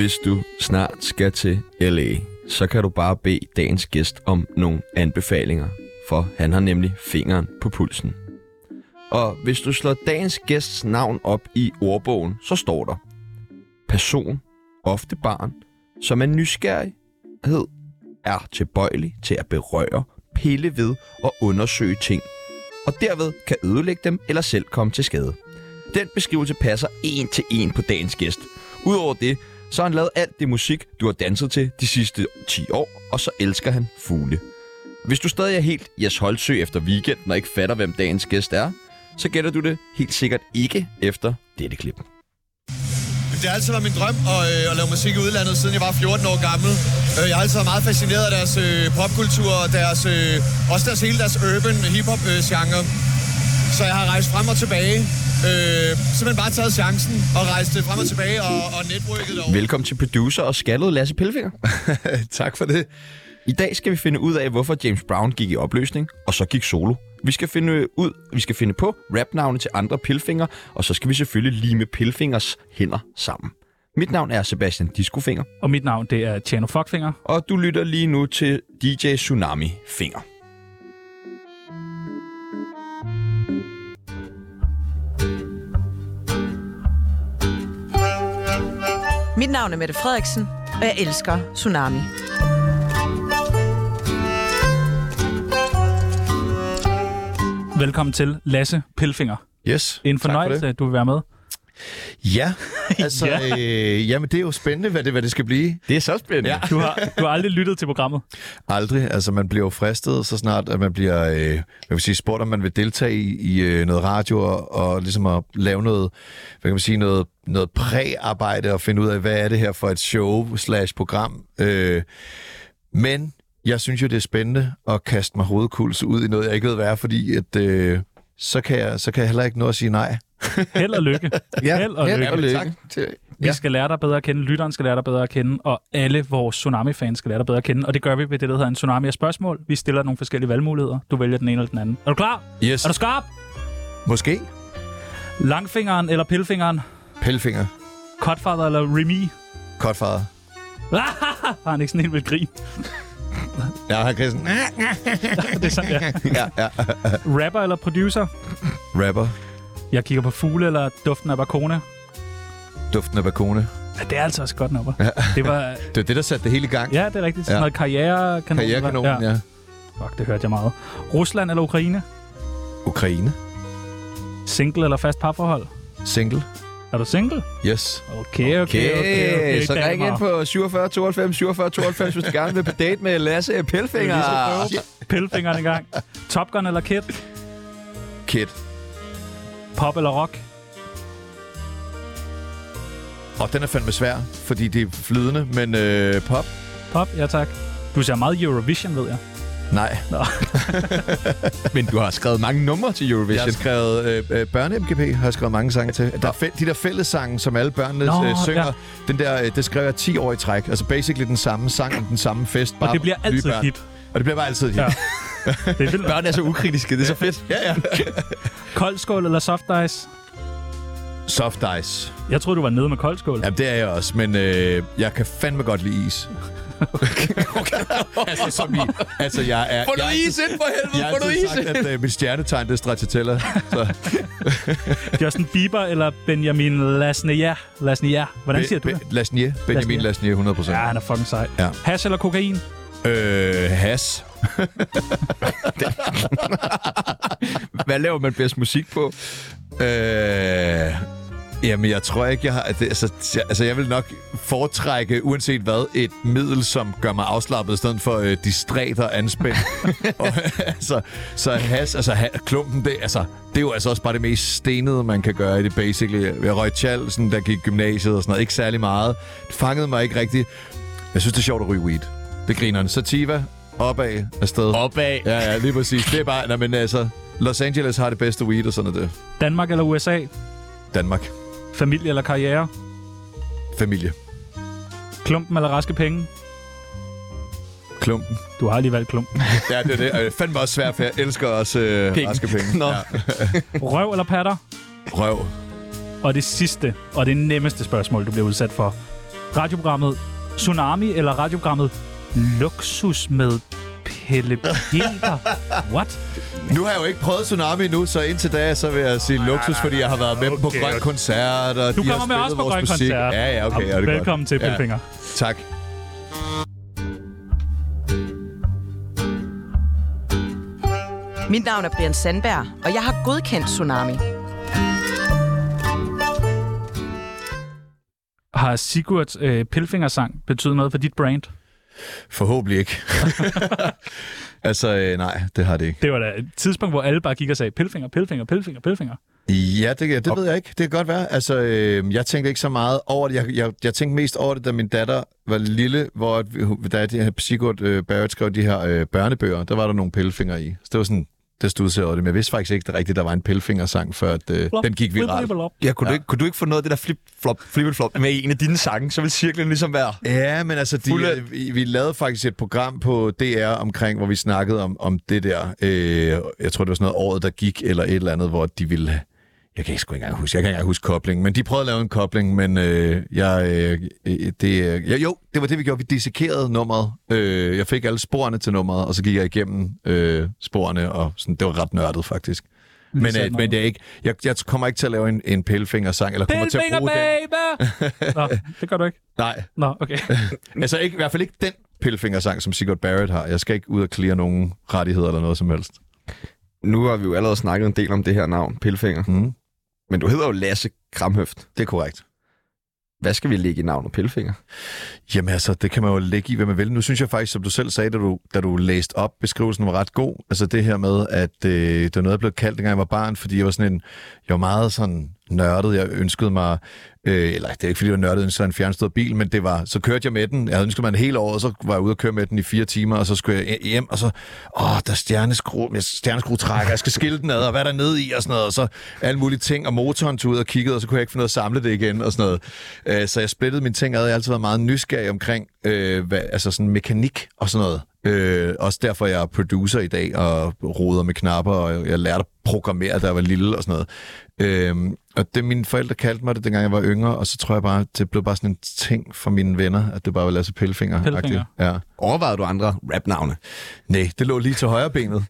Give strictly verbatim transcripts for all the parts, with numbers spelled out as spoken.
Hvis du snart skal til L A, så kan du bare bede dagens gæst om nogle anbefalinger, for han har nemlig fingeren på pulsen. Og hvis du slår dagens gæsts navn op i ordbogen, så står der: person, ofte barn, som er nysgerrighed, er tilbøjelig til at berøre, pille ved og undersøge ting, og derved kan ødelægge dem eller selv komme til skade. Den beskrivelse passer en til en på dagens gæst. Udover det, så har han lavet alt det musik, du har danset til de sidste ti år, og så elsker han fugle. Hvis du stadig er helt Jes Holtsø efter weekenden og ikke fatter, hvem dagens gæst er, så gætter du det helt sikkert ikke efter dette klip. Det har altid været min drøm at, øh, at lave musik i udlandet, siden jeg var fjorten år gammel. Jeg har altid været meget fascineret af deres øh, popkultur og deres, øh, også deres, hele deres urban hip-hop-genre. Så jeg har rejst frem og tilbage. Øh, simpelthen bare taget chancen og rejst frem og tilbage og, og networket over. Velkommen til producer og skaldet Lasse Pellefinger. Tak for det. I dag skal vi finde ud af, hvorfor James Brown gik i opløsning, og så gik solo. Vi skal finde ud, vi skal finde på rapnavne til andre Pilfinger, og så skal vi selvfølgelig lime Pilfingers hænder sammen. Mit navn er Sebastian Discofinger. Og mit navn, det er Tjano Fuckfinger. Og du lytter lige nu til D J Tsunami Finger. Mit navn er Mette Frederiksen, og jeg elsker Tsunami. Velkommen til Lasse Pellefinger. Yes. En fornøjelse, at du vil være med. Ja, altså, ja. Øh, jamen det er jo spændende, hvad det, hvad det skal blive. Det er så spændende. Ja. Du har, du har aldrig lyttet til programmet? Aldrig. Altså, man bliver jo fristet så snart, at man bliver øh, jeg vil sige, spurgt, om man vil deltage i, i øh, noget radio og, og ligesom at lave noget, hvad kan man sige, noget, noget præ-arbejde og finde ud af, hvad er det her for et show slash program. Øh, men jeg synes jo, det er spændende at kaste mig hovedkuls ud i noget, jeg ikke ved, hvad er, fordi at, øh, så, kan jeg, så kan jeg heller ikke nå at sige nej. Held og lykke. Ja, held og held lykke. og lykke. Tak til. Vi Ja. skal lære dig bedre at kende, lytteren skal lære dig bedre at kende, og alle vores Tsunami-fans skal lære dig bedre at kende. Og det gør vi ved det, der hedder en Tsunami af spørgsmål. Vi stiller nogle forskellige valgmuligheder. Du vælger den ene eller den anden. Er du klar? Yes. Er du skarp? Måske. Langfingeren eller Pelfingeren? Pellefinger. Godfather eller Remy? Godfather. Har han ikke sådan helt vildt grin? Ja, han kan sådan... Det er sådan, ja. ja, ja. Rapper eller producer? Rapper. Jeg kigger på fugle eller duften af bakone? Duften af bakone. Ja, det er altså også godt nok. Ja. Det var... Det er det, der satte det hele i gang. Ja, det er rigtigt. Sådan Ja. noget karrierekanon. Karrierekanonen, ja. ja. Fuck, det hørte jeg meget. Rusland eller Ukraine? Ukraine. Single eller fast parforhold? Single. Er du single? Yes. Okay, okay, okay. okay, okay. Så ring ind på syvogfyrre tooghalvfems syvogfyrre tooghalvfems, hvis du gerne vil på date med Lasse Pellefinger. Pelfingeren i gang. Top Gun eller Kid? Kid. Pop eller rock? Og den er fandme svær, fordi det er flydende, men øh, pop? Pop, ja tak. Du ser meget Eurovision, ved jeg. Nej. Nå. Men du har skrevet mange numre til Eurovision. Jeg har skrevet øh, øh, børne-M G P, har jeg skrevet mange sange til. Der er fæ- de der fællessange, som alle børnene Nå, øh, synger, ja. den der, øh, det skrev jeg ti år i træk. Altså basically den samme sang om den samme fest. Og bare det bliver nye altid børn. hit. Og det bliver bare altid hit. Ja. Det er vildt. Børn er så ukritiske, det er så fedt. Ja, ja. Koldskål eller soft ice? Soft ice. Jeg troede, du var nede med koldskål. Jamen, det er jeg også, men øh, jeg kan fandme godt lide is. altså, som i, altså, jeg er... Få noget jeg is ind for helvede, Jeg har få noget altid is sagt, ind. at øh, mit stjernetegn, det er stracciatella. Så. Justin Bieber eller Benjamin Lasnier? Lasnier. Hvordan siger du det? Lasnier. Benjamin Lasnier, hundrede procent. Ja, han er fucking sej. Ja. Hash eller kokain? Øh, has. Hvad laver man bedst musik på? Øh... Jamen, jeg tror ikke, jeg har... Det, altså, jeg, altså, jeg vil nok foretrække, uanset hvad, et middel, som gør mig afslappet, i stedet for øh, distræt og anspændt. og, altså, så has, altså, ha, klumpen, det, altså, det er jo altså også bare det mest stenede, man kan gøre i det, basically. Jeg røg tjal, sådan, der gik gymnasiet og sådan noget. Ikke særlig meget. Det fangede mig ikke rigtigt. Jeg synes, det er sjovt at ryge weed. Det griner en. Sativa, opad, afsted. Opad. Ja, ja, lige præcis. Det er bare... Nej, men altså, Los Angeles har det bedste weed og sådan noget. Danmark eller U S A? Danmark. Familie eller karriere? Familie. Klumpen eller raske penge? Klumpen. Du har lige valgt klumpen. Ja, det er det. Det fandme også svært, for jeg elsker også øh, Penge. raske penge. Nå. Ja. Røv eller patter? Røv. Og det sidste, og det nemmeste spørgsmål, du bliver udsat for. radioprogrammet Tsunami eller radioprogrammet Luksus med Pelle Peter? What? Nu har jeg jo ikke prøvet Tsunami endnu, så indtil da, så vil jeg sige luksus, fordi jeg har været med okay. på Grøn Koncert, og du de har kommer med også på Grøn musik. Koncert. Ja, ja, okay. Ja, det er velkommen godt. til, Pelfinger. Ja. Tak. Mit navn er Brian Sandberg, og jeg har godkendt Tsunami. Har Sigurds øh, Pelfinger-sang betydet noget for dit brand? Forhåbentlig ikke. altså, øh, nej, det har det ikke. Det var da et tidspunkt, hvor alle bare gik og sagde, Pelfinger, Pelfinger, Pelfinger, Pelfinger. Ja, det, det ved jeg ikke. Det kan godt være. Altså, øh, jeg tænkte ikke så meget over det. Jeg, jeg, jeg tænkte mest over det, da min datter var lille, hvor da de her Sigurd øh, Barrett skrev de her øh, børnebøger, der var der nogle Pelfinger i. Så det var sådan, det stod sig over det. Men jeg vidste faktisk ikke, det rigtigt, der var en Pelfinger-sang, før at, øh, den gik viralt. Ja, kunne, ja. Du ikke, kunne du ikke få noget af det der flip-flop, flip-flop med en af dine sange, så vil cirklen ligesom være... Ja, men altså, de, øh, vi, vi lavede faktisk et program på D R omkring, hvor vi snakkede om, om det der. Øh, jeg tror, det var sådan noget året, der gik, eller et eller andet, hvor de ville... Jeg kan ikke sgu ikke engang huske. Jeg kan ikke engang huske koblingen, men de prøvede at lave en kobling, men øh, jeg, øh, det, øh, ja, jo, det var det, vi gjorde. Vi dissekerede nummeret. Øh, jeg fik alle sporene til nummeret, og så gik jeg igennem øh, sporene, og sådan, det var ret nørdet, faktisk. Men, øh, men det er ikke, jeg, jeg kommer ikke til at lave en, en Pelfinger-sang, eller kommer til at bruge den. Nå, det gør du ikke? Nej. Nå, okay. altså ikke, i hvert fald ikke den Pelfinger-sang, som Sigurd Barrett har. Jeg skal ikke ud og clear nogen rettigheder eller noget som helst. Nu har vi jo allerede snakket en del om det her navn, Pelfinger. Mm. Men du hedder jo Lasse Kramhøft. Det er korrekt. Hvad skal vi lægge i navnet Pelfinger? Jamen altså, det kan man jo lægge i, hvad man vil. Nu synes jeg faktisk, som du selv sagde, da du, da du læste op, beskrivelsen var ret god. Altså det her med, at øh, det var noget, jeg blev kaldt, dengang jeg var barn, fordi jeg var sådan en, jeg var meget sådan nørdet. Jeg ønskede mig, øh, eller det er ikke fordi, jeg var nørdet, så en fjernstyret bil, men det var, så kørte jeg med den. Jeg havde ønsket mig en hel år, og så var jeg ude og køre med den i fire timer, og så skulle jeg hjem, og så, åh, der er stjerneskru, stjerneskruetrækker, jeg skal skille den ad, og hvad er der nede i, og sådan noget, og så alle mulige ting, og motoren tog ud og kiggede, og så kunne jeg ikke finde noget at samle det igen, og sådan noget. Øh, så jeg splittede mine ting ad, jeg har altid været meget nysgerrig omkring, øh, hvad, altså sådan mekanik og sådan noget. Øh, også derfor jeg er producer i dag og roder med knapper, og jeg lærte at programmere, da jeg var lille og sådan noget. Øh, og det mine forældre kaldte mig det, dengang jeg var yngre, og så tror jeg bare, det blev bare sådan en ting for mine venner, at det bare var Lasse Pelfinger. Pelfinger. Ja. Overvejede du andre rapnavne? Nej, det lå lige til højre benet.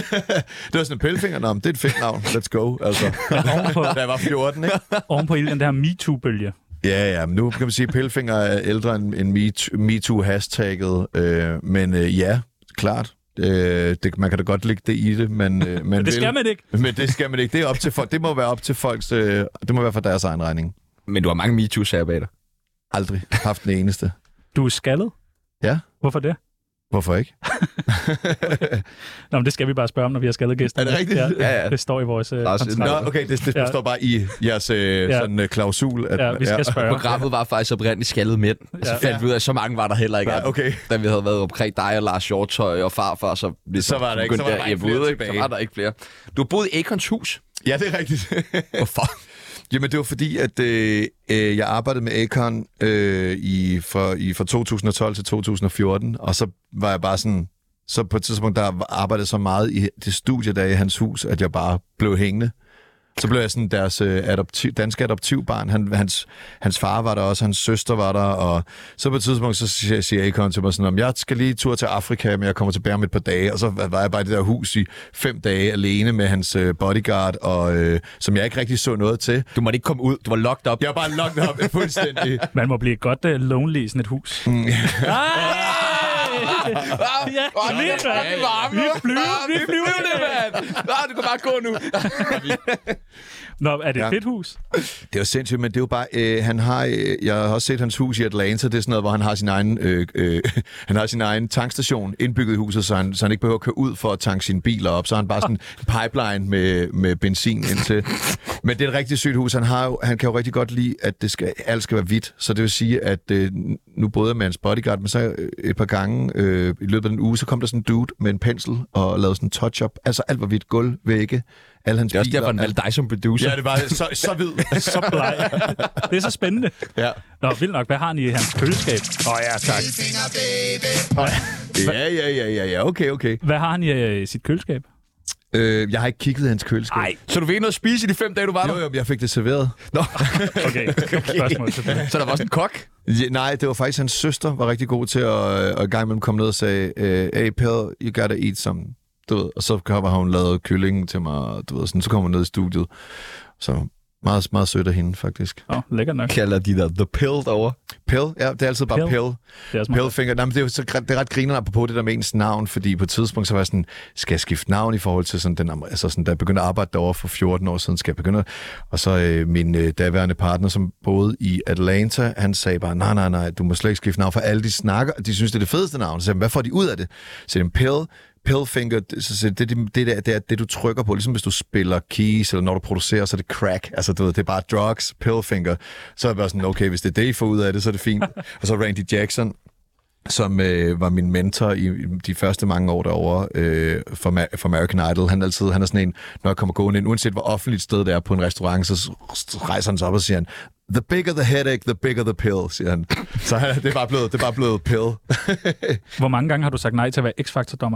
det var sådan en Pelfinger-navn, det er et fedt navn, let's go, altså. Da jeg var fjorten, ikke? Oven på hele den der MeToo-bølge. Ja, ja, men nu kan man sige, at Pelfinger er ældre end MeToo-hashtagget, øh, men øh, ja, klart. Øh, det, man kan da godt lægge det i det, men... Øh, man det skal vil, man ikke. Men det skal man ikke. Det, er op til folk, det må være op til folks... Øh, det må være for deres egen regning. Men du har mange MeToo-sager bag dig. Aldrig haft den eneste. Du er skaldet? Ja. Hvorfor det? Hvorfor ikke? Nå, men det skal vi bare spørge om, når vi har skaldet gæster. Er det rigtigt? Ja, ja, ja. Det står i vores... Øh, Nå, okay, det, det ja. står bare i jeres øh, ja. sådan, øh, klausul. At, ja, vi skal ja. spørge. Programmet var faktisk oprindeligt skaldet mænd. Og så Ja. fandt vi ud af, at så mange var der heller ikke. Nej, okay. Da vi havde været omkring dig og Lars Hjortøj og farfar, så, Så var der ikke- så var der bare ikke flere tilbage. Så var der ikke flere. Du har boet i Akons hus. Ja, det er rigtigt. Hvorfor? Jamen, det var fordi, at øh, øh, jeg arbejdede med Akon øh, i, fra, i, fra to tusind og tolv til to tusind og fjorten, og så var jeg bare sådan... Så på et tidspunkt, der arbejdede så meget i det studie, der i hans hus, at jeg bare blev hængende. Så blev jeg sådan deres øh, adoptiv, danske adoptivbarn. Han, hans, hans far var der også, hans søster var der, og så på et tidspunkt, så siger, siger Akon til mig sådan, om jeg skal lige tur til Afrika, men jeg kommer tilbage om et par dage, og så var jeg bare i det der hus i fem dage alene med hans øh, bodyguard, og, øh, som jeg ikke rigtig så noget til. Du måtte ikke komme ud. Du var locked up. Jeg var bare locked up fuldstændig. Man må blive godt uh, lonely i sådan et hus. Mm. Ja, lige mand. Vi flyver, vi flyver det, mand. Du kan bare gå nu. Nå, er det et Ja. fedt hus? Det var sindssygt, men det er jo bare, øh, han har, øh, jeg har også set hans hus i Atlanta, det er sådan noget, hvor han har sin egen, øh, øh, han har sin egen tankstation indbygget i huset, så han, så han ikke behøver at køre ud for at tanke sine biler op, så har han bare sådan en pipeline med, med benzin indtil. Men det er et rigtig sygt hus, han, har jo, han kan jo rigtig godt lide, at det skal, alt skal være hvidt, så det vil sige, at øh, nu boede jeg med hans bodyguard, men så et par gange øh, i løbet af den uge, så kom der sådan en dude med en pensel og lavede sådan en touch-up, altså alt var hvidt, gulv, vægge, alle hans Det er også biler, derfor, han valgte dig som producer. Ja, det var så, så hvid. Så bleg. Det er så spændende. Ja. Nå, vildt nok. Hvad har han i hans køleskab? Åh oh, ja, tak. Ja, ja, ja, ja, ja, okay, okay. Hvad har han i uh, sit køleskab? Øh, jeg har ikke kigget i hans køleskab. Nej, så du fik ikke noget at spise i de fem dage, du var der? Jo, jo, jeg fik det serveret. Nå. Okay, spørgsmål til det. Så der var også en kok? Ja, nej, det var faktisk hans søster, var rigtig god til at, at gang imellem komme ned og sagde, hey, Pelle, you gotta eat some. Du ved, og så har hun lavet kyllingen til mig, du ved, sådan, så kommer hun ned i studiet. Så meget, meget sødt af hende, faktisk. Åh, oh, lækkert nok. Kalder de der The Pill derovre? Pill? Ja, det er altid bare Pill. Pill. Det er også Pill finger. Nej, men det er, jo så, det er ret grinerende apropos det der med ens navn, fordi på et tidspunkt så var jeg sådan, skal jeg skifte navn i forhold til sådan, den, altså sådan, da jeg begyndte at arbejde derovre for fjorten år siden, skal jeg begynde. Og så øh, min øh, daværende partner, som boede i Atlanta, han sagde bare, nej, nej, nej, du må slet ikke skifte navn, for alle de snakker, de synes, det er det fedeste navn. Så sagde, hvad får de ud af det? Så det er en Pill. Pillfinger, så det, det, det, der, det er det, du trykker på, ligesom hvis du spiller keys, eller når du producerer, så er det crack. Altså, du ved, det er bare drugs, Pillfinger. Så er det bare sådan, okay, hvis det er det, I får ud af det, så er det fint. Og så Randy Jackson, som øh, var min mentor i de første mange år derovre øh, for, Ma- for American Idol. Han er altid, han er sådan en, når jeg kommer gående ind, uanset hvor offentligt sted det er på en restaurant, så rejser han sig op og siger han, the bigger the headache, the bigger the pill, siger han. Så han, det er bare blevet, det er bare blevet pill. Hvor mange gange har du sagt nej til at være X-Factor-dommer?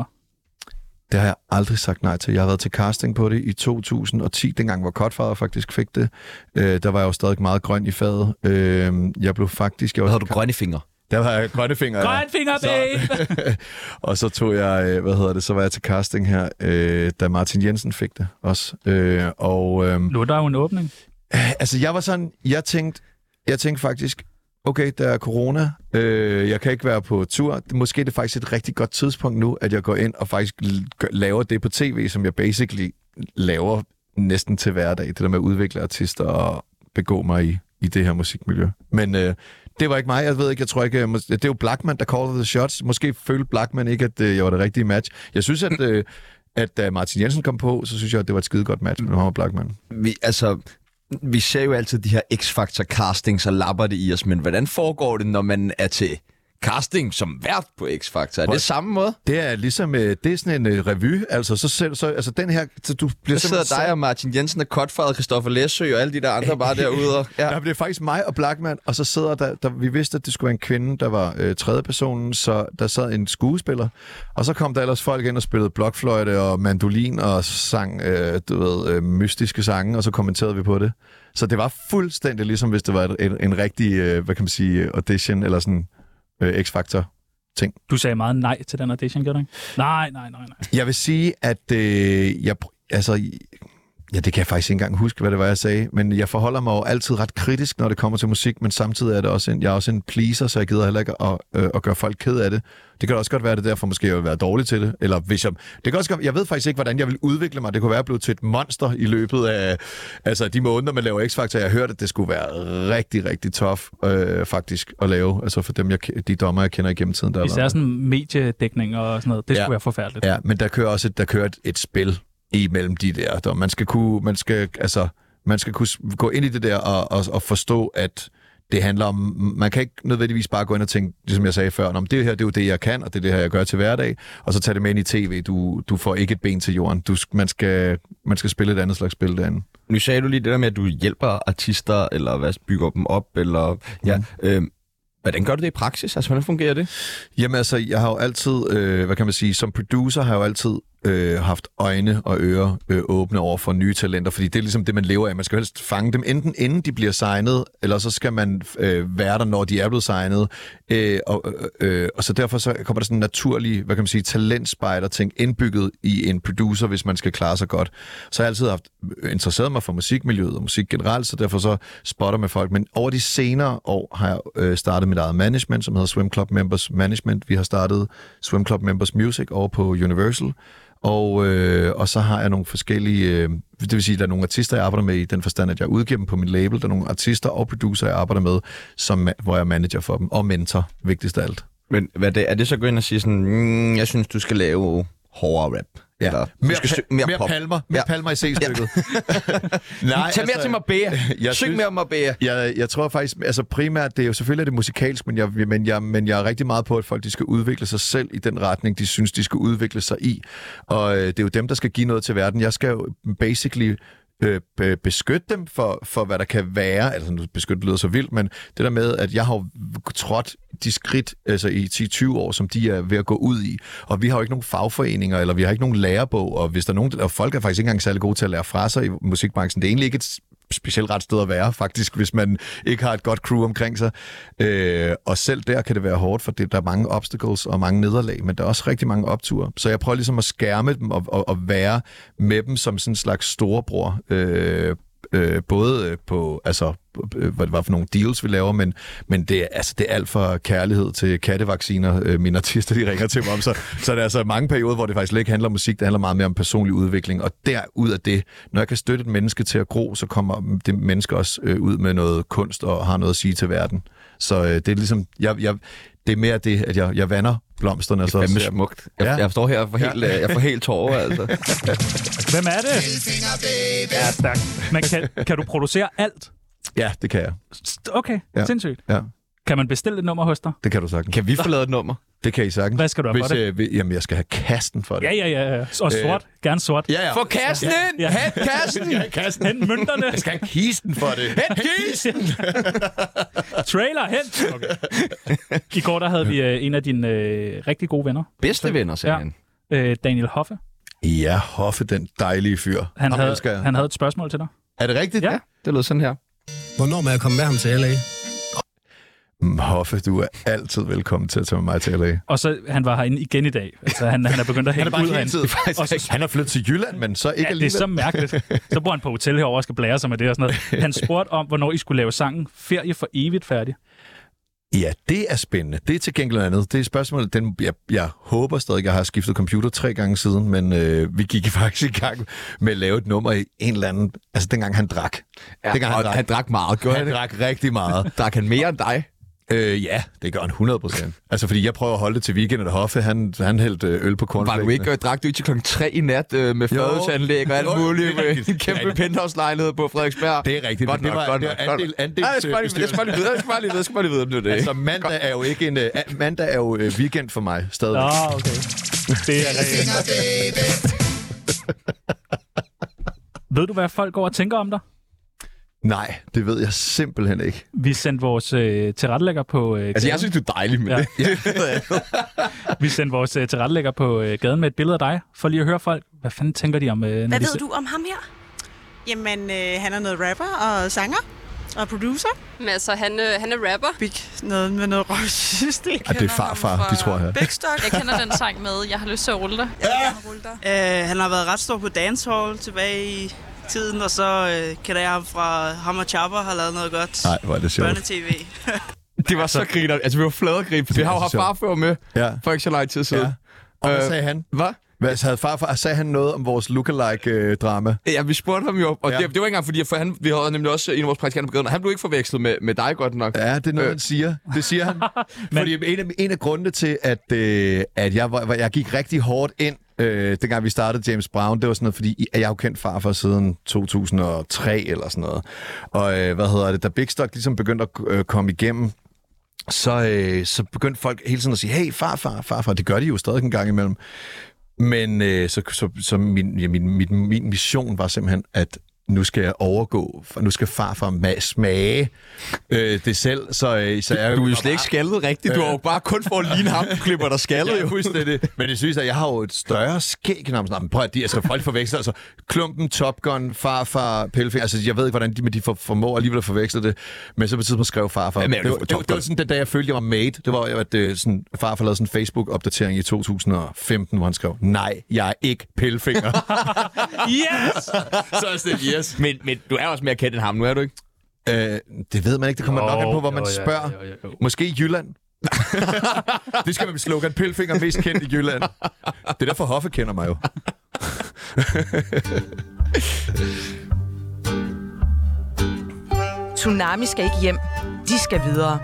Det har jeg aldrig sagt nej til. Jeg har været til casting på det i to tusind og ti, dengang hvor Godfather faktisk fik det. Øh, der var jeg jo stadig meget grøn i faget. Øh, jeg blev faktisk... Jeg var havde du grønne fingre? Der var jeg grønne fingre. Grønne fingre, babe! Og så tog jeg, hvad hedder det, så var jeg til casting her, øh, da Martin Jensen fik det også. Øh, og, øh, nu er der jo en åbning. Altså, jeg var sådan... Jeg tænkte, jeg tænkte faktisk... Okay, der er corona. Øh, jeg kan ikke være på tur. Måske er det faktisk et rigtig godt tidspunkt nu, at jeg går ind og faktisk laver det på tv, som jeg basically laver næsten til hverdag. Det der med at udvikle artister og begå mig i, i det her musikmiljø. Men øh, det var ikke mig. Jeg ved ikke, jeg tror ikke... Det er jo Blackman, der called the shots. Måske følte Blackman ikke, at øh, jeg var det rigtige match. Jeg synes, at, øh, at da Martin Jensen kom på, så synes jeg, at det var et skide godt match med ham og Blackman. Vi, altså... Vi ser jo altid de her X-Factor-castings og lapper det i os, men hvordan foregår det, når man er til casting som vært på X-Factor? Er det samme måde? Det er ligesom, det er sådan en revy, altså så selv, så, altså den her, så du bliver så sidder dig og Martin Jensen og Godfather, Christoffer Læsø og alle de der andre bare derude. Og, ja. Ja, det er faktisk mig og Blackman, og så sidder der, der vi vidste, at det skulle være en kvinde, der var øh, tredje personen, så der sad en skuespiller, og så kom der ellers folk ind og spillede blokfløjte og mandolin og sang, øh, du ved, øh, mystiske sange, og så kommenterede vi på det. Så det var fuldstændig ligesom, hvis det var en, en rigtig, øh, hvad kan man sige, audition, eller sådan øh, X-Factor ting. Du sagde meget nej til den audition, gjorde du ikke? Nej, nej, nej, nej. Jeg vil sige, at øh, jeg, altså, ja, det kan jeg faktisk ikke engang huske, hvad det var, jeg sagde, men jeg forholder mig jo altid ret kritisk, når det kommer til musik, men samtidig er det også en, jeg er også en pleaser, så jeg gider heller ikke at, øh, at gøre folk ked af det. Det kan også godt være, det derfor måske jeg vil være dårlig til det, eller hvis jeg... Det kan også godt, jeg ved faktisk ikke, hvordan jeg vil udvikle mig. Det kunne være blevet til et monster i løbet af altså, de måneder, man laver X-Factor. Jeg hørte, at det skulle være rigtig, rigtig tough, øh, faktisk, at lave. Altså for dem, jeg, de dommer, jeg kender igennem tiden. Der hvis det er sådan mediedækning og sådan noget, det ja. skulle være forfærdeligt. Ja, men der kører også et, der kører et, et spil imellem de der. der. Man skal kunne, man skal, altså, man skal kunne gå ind i det der og, og, og forstå, at det handler om, man kan ikke nødvendigvis bare gå ind og tænke, ligesom jeg sagde før, om det her, det er jo det, jeg kan, og det er det her, jeg gør til hverdag, og så tage det med ind i tv. Du, du får ikke et ben til jorden. Du, man, skal, man skal spille et andet slags spil derinde. Nu sagde du lige det der med, at du hjælper artister, eller hvad, bygger dem op, eller... Ja, mm. øh, hvordan gør du det i praksis? Altså, hvordan fungerer det? Jamen altså, jeg har jo altid, øh, hvad kan man sige, som producer har jeg jo altid øh, haft øjne og ører øh, åbne over for nye talenter, fordi det er ligesom det, man lever af. Man skal helst fange dem, enten inden de bliver signet, eller så skal man øh, være der, når de er blevet signet. Øh, og, øh, og så derfor så kommer der sådan en naturlig, hvad kan man sige, talentspejder-ting indbygget i en producer, hvis man skal klare sig godt. Så har jeg altid haft interesseret mig for musikmiljøet og musik generelt, så derfor så spotter med folk. Men over de senere år har jeg øh, startet mit eget management, som hedder Swim Club Members Management. Vi har startet Swim Club Members Music over på Universal. Og, øh, og så har jeg nogle forskellige, øh, det vil sige, at der er nogle artister, jeg arbejder med i den forstand, at jeg udgiver dem på min label. Der er nogle artister og producer, jeg arbejder med, som, hvor jeg er manager for dem, og mentor, vigtigst af alt. Men hvad det, er det så gå ind og sige sådan, mm, jeg synes, du skal lave hårdere rap? Ja, eller, mere, skal pa- mere, mere palmer, mere ja. palmer i C-stykket. Nej, Tag mere altså, til Marbella. Syng mere om Marbella. Jeg, jeg tror faktisk, altså primært, det er jo selvfølgelig er det musikalsk, men jeg, men, jeg, men jeg er rigtig meget på, at folk de skal udvikle sig selv i den retning, de synes, de skal udvikle sig i. Og øh, det er jo dem, der skal give noget til verden. Jeg skal jo basically øh, be- beskytte dem for, for, hvad der kan være. Altså, nu beskytte lyder så vildt, men det der med, at jeg har jo trådt de skridt altså i ti til tyve år, som de er ved at gå ud i. Og vi har jo ikke nogen fagforeninger, eller vi har ikke nogen lærebog, og hvis der er nogen, og folk er faktisk ikke engang særlig gode til at lære fra sig i musikbranchen. Det er egentlig ikke et specielt ret sted at være, faktisk, hvis man ikke har et godt crew omkring sig. Øh, og selv der kan det være hårdt, for det, der er mange obstacles og mange nederlag, men der er også rigtig mange opture. Så jeg prøver ligesom at skærme dem og, og, og være med dem som sådan en slags storebror. Øh, øh, både på, altså, hvad det var for nogle deals, vi laver, men, men det, er, altså, det er alt for kærlighed til kattevacciner, øh, mine artister, de ringer til mig om. Så, så er der altså mange perioder, hvor det faktisk ikke handler om musik, det handler meget mere om personlig udvikling. Og derud af det, når jeg kan støtte et menneske til at gro, så kommer det menneske også øh, ud med noget kunst og har noget at sige til verden. Så øh, det er ligesom, jeg, jeg, det er mere det, at jeg, jeg vander blomsterne. Det er fandme smukt. Jeg, Ja. jeg står her og får helt, Ja. jeg får helt tårer, altså. Hvem er det? Ja, stærkt. Men kan, kan du producere alt? Ja, det kan jeg. Okay, Ja. sindssygt. Ja, Kan man bestille et nummer hos dig? det kan du sagtens. Kan vi få lavet et nummer? Det kan I sagtens. Hvad skal du have Hvis, for det? øh, vi- jamen, jeg skal have kasten for det. Ja, ja, ja. ja. Og sort. Gerne sort. Ja, ja. Få kassen ind! Ja. Hent kassen! Ja, kasten. Hent mønterne. Jeg skal have kisten for det. Hent kisten! Trailer, hent! Okay. I går der havde vi øh, en af dine øh, rigtig gode venner, Bedste venner, sagde Ja. han. øh, Daniel Hoffe. Ja, Hoffe, den dejlige fyr. Han, Ham havde, elsker jeg. han havde et spørgsmål til dig. Er det rigtigt? Ja. Det lød sådan her. Hvornår må jeg komme med ham til L A? Mm, Hoffe, du er altid velkommen til at tage med mig til L A. Og så han var herinde igen i dag. Altså, han, han er begyndt at hænge ud herinde. Og så- Han er flyttet til Jylland, men så ikke Ja, det er alligevel. så mærkeligt. Så bor han på hotel herovre og skal blære sig med det og sådan noget. Han spurgte om, hvornår I skulle lave sangen Ferie for evigt færdig. Ja, det er spændende. Det er til gengæld noget andet. Det er spørgsmålet. Den, jeg, jeg håber stadig, jeg har skiftet computer tre gange siden, men øh, vi gik faktisk i gang med at lave et nummer i en eller anden... Altså, dengang han drak. Ja, dengang han, drak. han drak meget, gjorde han Han det? drak rigtig meget. Drak han mere end dig? Øh, ja, det gør han hundrede procent. Altså, fordi jeg prøver at holde det til weekenden, og Hoffe, han, han hældte øl på Var cornflakesene. du ikke, øh, drak du ikke til klokken tre i nat øh, med Jo. fadelsanlæg og alt Jo, muligt det er med rigtigt. en Det er kæmpe rigtigt. penthouse-lejlighed på Frederiksberg? Det er rigtigt. Godt men det nok, var, godt det nok, var godt andel, nok. andel, Nej, jeg skal bare lige, jeg skal bare lige vide, jeg skal bare lige vide, jeg skal bare lige vide, om det er det. Altså, mandag er jo ikke en... Uh, mandag er jo uh, weekend for mig, stadig. Nå, okay. Det er rigtigt. Ved du, hvad folk går og tænker om dig? Nej, det ved jeg simpelthen ikke. Vi sendte vores øh, tilrettelægger på øh, Altså, jeg synes, du er dejlig med Ja. det. Vi sendte vores øh, tilrettelægger på øh, gaden med et billede af dig, for lige at høre folk. Hvad fanden tænker de om... Øh, når Hvad de ved se- du om ham her? Jamen, øh, han er noget rapper og sanger og producer. Men altså, han, øh, han er rapper. Big noget med noget røgsystem. At det er farfar, det tror jeg. Big Stock. Jeg kender den sang med, jeg har lyst til at rulle dig. Jeg vil gerne rulle dig. Øh, han har været ret stor på dancehall tilbage i tiden, og så øh, kender jeg ham fra ham og Chopper har lavet noget godt Nej, hvor er det sjovt. børnetv. Det var så griner. Altså, vi var fladegribe. Vi har jo haft sjovt. farfør med Ja. for ikke så lang tid siden. Ja. Og hvad Øh, sagde han? Hvad? Hvad havde farfar? Sagde han noget om vores lookalike-drama? Ja, vi spurgte ham jo, og Ja. ja. det, det var ikke engang fordi, for han, vi havde nemlig også en af vores praktikanter på gaden, og han blev ikke forvekslet med, med dig godt nok. Ja, det er noget, Øh. han siger. Det siger han. Fordi en af, en af grundene til, at, øh, at jeg, var, jeg gik rigtig hårdt ind, øh, dengang vi startede James Brown, det var sådan noget, fordi jeg har jo kendt farfar siden to tusind og tre eller sådan noget. Og øh, hvad hedder det, da Big Stock ligesom begyndte at øh, komme igennem, så, øh, så begyndte folk hele tiden at sige, hey, farfar, farfar. Det gør de jo stadig en gang imellem. Men øh, så, så, så min, ja, min, min, min mission var simpelthen, at nu skal jeg overgå, for nu skal farfar ma- smage øh, det selv. Så, øh, så jeg, Du er jo slet ikke skaldet rigtigt. Du har jo bare kun for at ligne ham, klipper dig skaldet Ja, jo. fuldstændig. Men det synes jeg, jeg har jo et større skæg. Men prøv at de, altså, folk forveksler. Altså, Klumpen, Top Gun, farfar, Pellefinger. Altså, jeg ved ikke, hvordan de, men de for, formår alligevel at forveksle det. Men så på et tidspunkt skrev farfar. Hvad Det, mener du var- for det, var- Top det var Gun? sådan, den dag jeg følte, jeg var made. Det var jo, at øh, sådan, farfar lavede sådan en Facebook-opdatering i to tusind og femten, hvor han skrev, nej, jeg er ikke Pellefinger. Yes! Så er det yes. Men, men du er også mere kendt end ham, nu er du ikke? øh, det ved man ikke. Det kommer Jo, nok an på, hvor man jo, ja, spørger. jo, jo, jo. Måske i Jylland. Det skal man slogan. Pellefinger mest kendt i Jylland. Det er derfor Hoffe kender mig jo. Tsunami skal ikke hjem. De skal videre.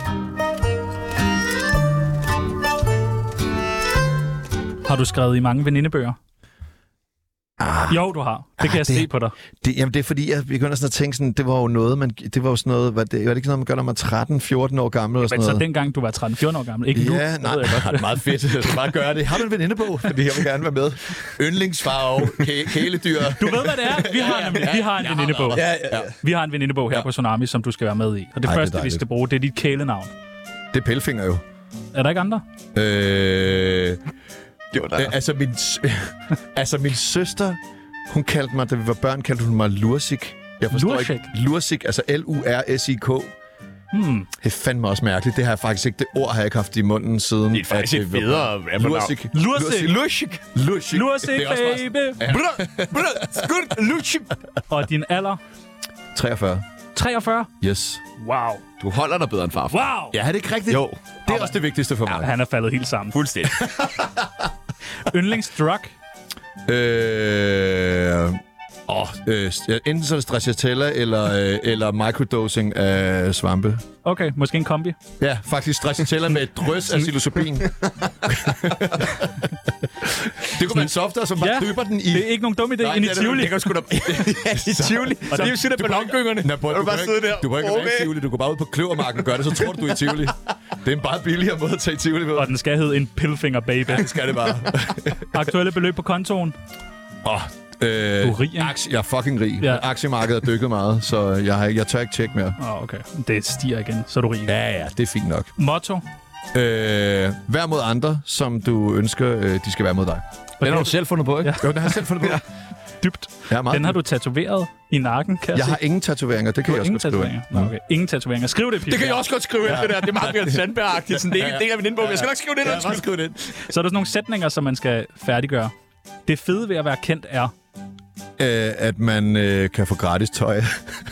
Har du skrevet i mange venindebøger? Ah, Jo, du har. Det kan ah, jeg det, se på dig. Det, jamen, det er fordi, jeg begynder sådan at tænke sådan, det var jo noget, man, det var jo sådan noget, var det, var det ikke sådan noget, man gør, når man er tretten fjorten år gammel? Og sådan Men så noget? dengang du var tretten fjorten år gammel, ikke nu? Ja, nej, det er meget fedt. Jeg skal bare gøre det. Har du en veninde på? Fordi jeg vil gerne være med. Yndlingsfarve, kæ- kæledyr. Du ved, hvad det er? Vi har, nemlig, vi har en venindebog. Ja, ja, ja. Vi har en venindebog her Ja. på Tsunami, som du skal være med i. Og det Ej, det er første, vi dejligt. skal bruge, det er dit kælenavn. Det er Pelfinger jo. Er der ikke andre? Øh, Jo, der øh, altså, min, s- altså, min søster, hun kaldte mig, da vi var børn, kaldte hun mig Lursik. Jeg forstår Lursik? ikke. Lursik, altså L U R S I K. Hmm. Det er fandme også mærkeligt. Det har jeg faktisk ikke, det ord har jeg ikke haft i munden siden. Det er faktisk at et var federe børn. rappernavn. Lursik. Lursik. Lushik. Lursik. Lursik, Det er også bare- baby! Ja. Brr, brr, skud, Lushik. Og din alder? treogfyrre. treogfyrre? Yes. Wow. Du holder dig bedre end farfar. Wow! Ja, er det ikke rigtigt? Jo. Det er også det vigtigste for mig. Han er faldet helt sammen. Fuldstændig. Yndlingsdrug? Øh... Åh, øh, enten så er det stracciatella eller, øh, eller microdosing af svampe. Okay, måske en kombi. Ja, faktisk stracciatella med et drøs af psilocybin. det kunne være en softere, som bare Ja, dypper den i... det er ikke nogen dum idé Nej, ind i det er det, Tivoli. det kan sgu da... I Tivoli. Og det er jo sådan, at ballongyngerne. Nå, Og du bare sidde der. Du kan ikke være i Okay. Tivoli, du går bare ud på Kløvermarken og gør det, så tror du, du er i Tivoli. Det er en meget billigere måde at tage i Tivoli på. Og den skal hedde en Pilfinger Baby. Det skal det bare. Aktuelle beløb på kontoen? Åh, øh, Du er rig, ikke? aktie, jeg er fucking rig. Ja. Ja. Aktiemarkedet har dykket meget, så jeg, har, ikke- jeg tør ikke tjekke mere. Åh, oh, okay. Det stiger igen, så er du rig. Ja, ja, det er fint nok. Motto? Øh, vær mod andre, som du ønsker, øh, de skal være mod dig. Den har du selv fundet på, ikke? Ja. Jo, den har jeg selv fundet på. Dybt. Ja, meget. Den har du tatoveret i nakken, kan jeg, Jeg se. har ingen tatoveringer, det kan Du jeg har også ingen godt skrive. tatoveringer? Nå, okay. Ingen tatoveringer. Skriv det, Pippi. Det kan jeg også godt skrive ind, det der. Det er meget mere Sandberg-agtigt. Sådan, det er ikke en del af min indbog. Jeg skal nok skrive det ind. Ja, bare skriv det ind. Så er der sådan nogle sætninger, som man skal færdiggøre. Det fede ved at være kendt er... Øh, at man øh, kan få gratis tøj.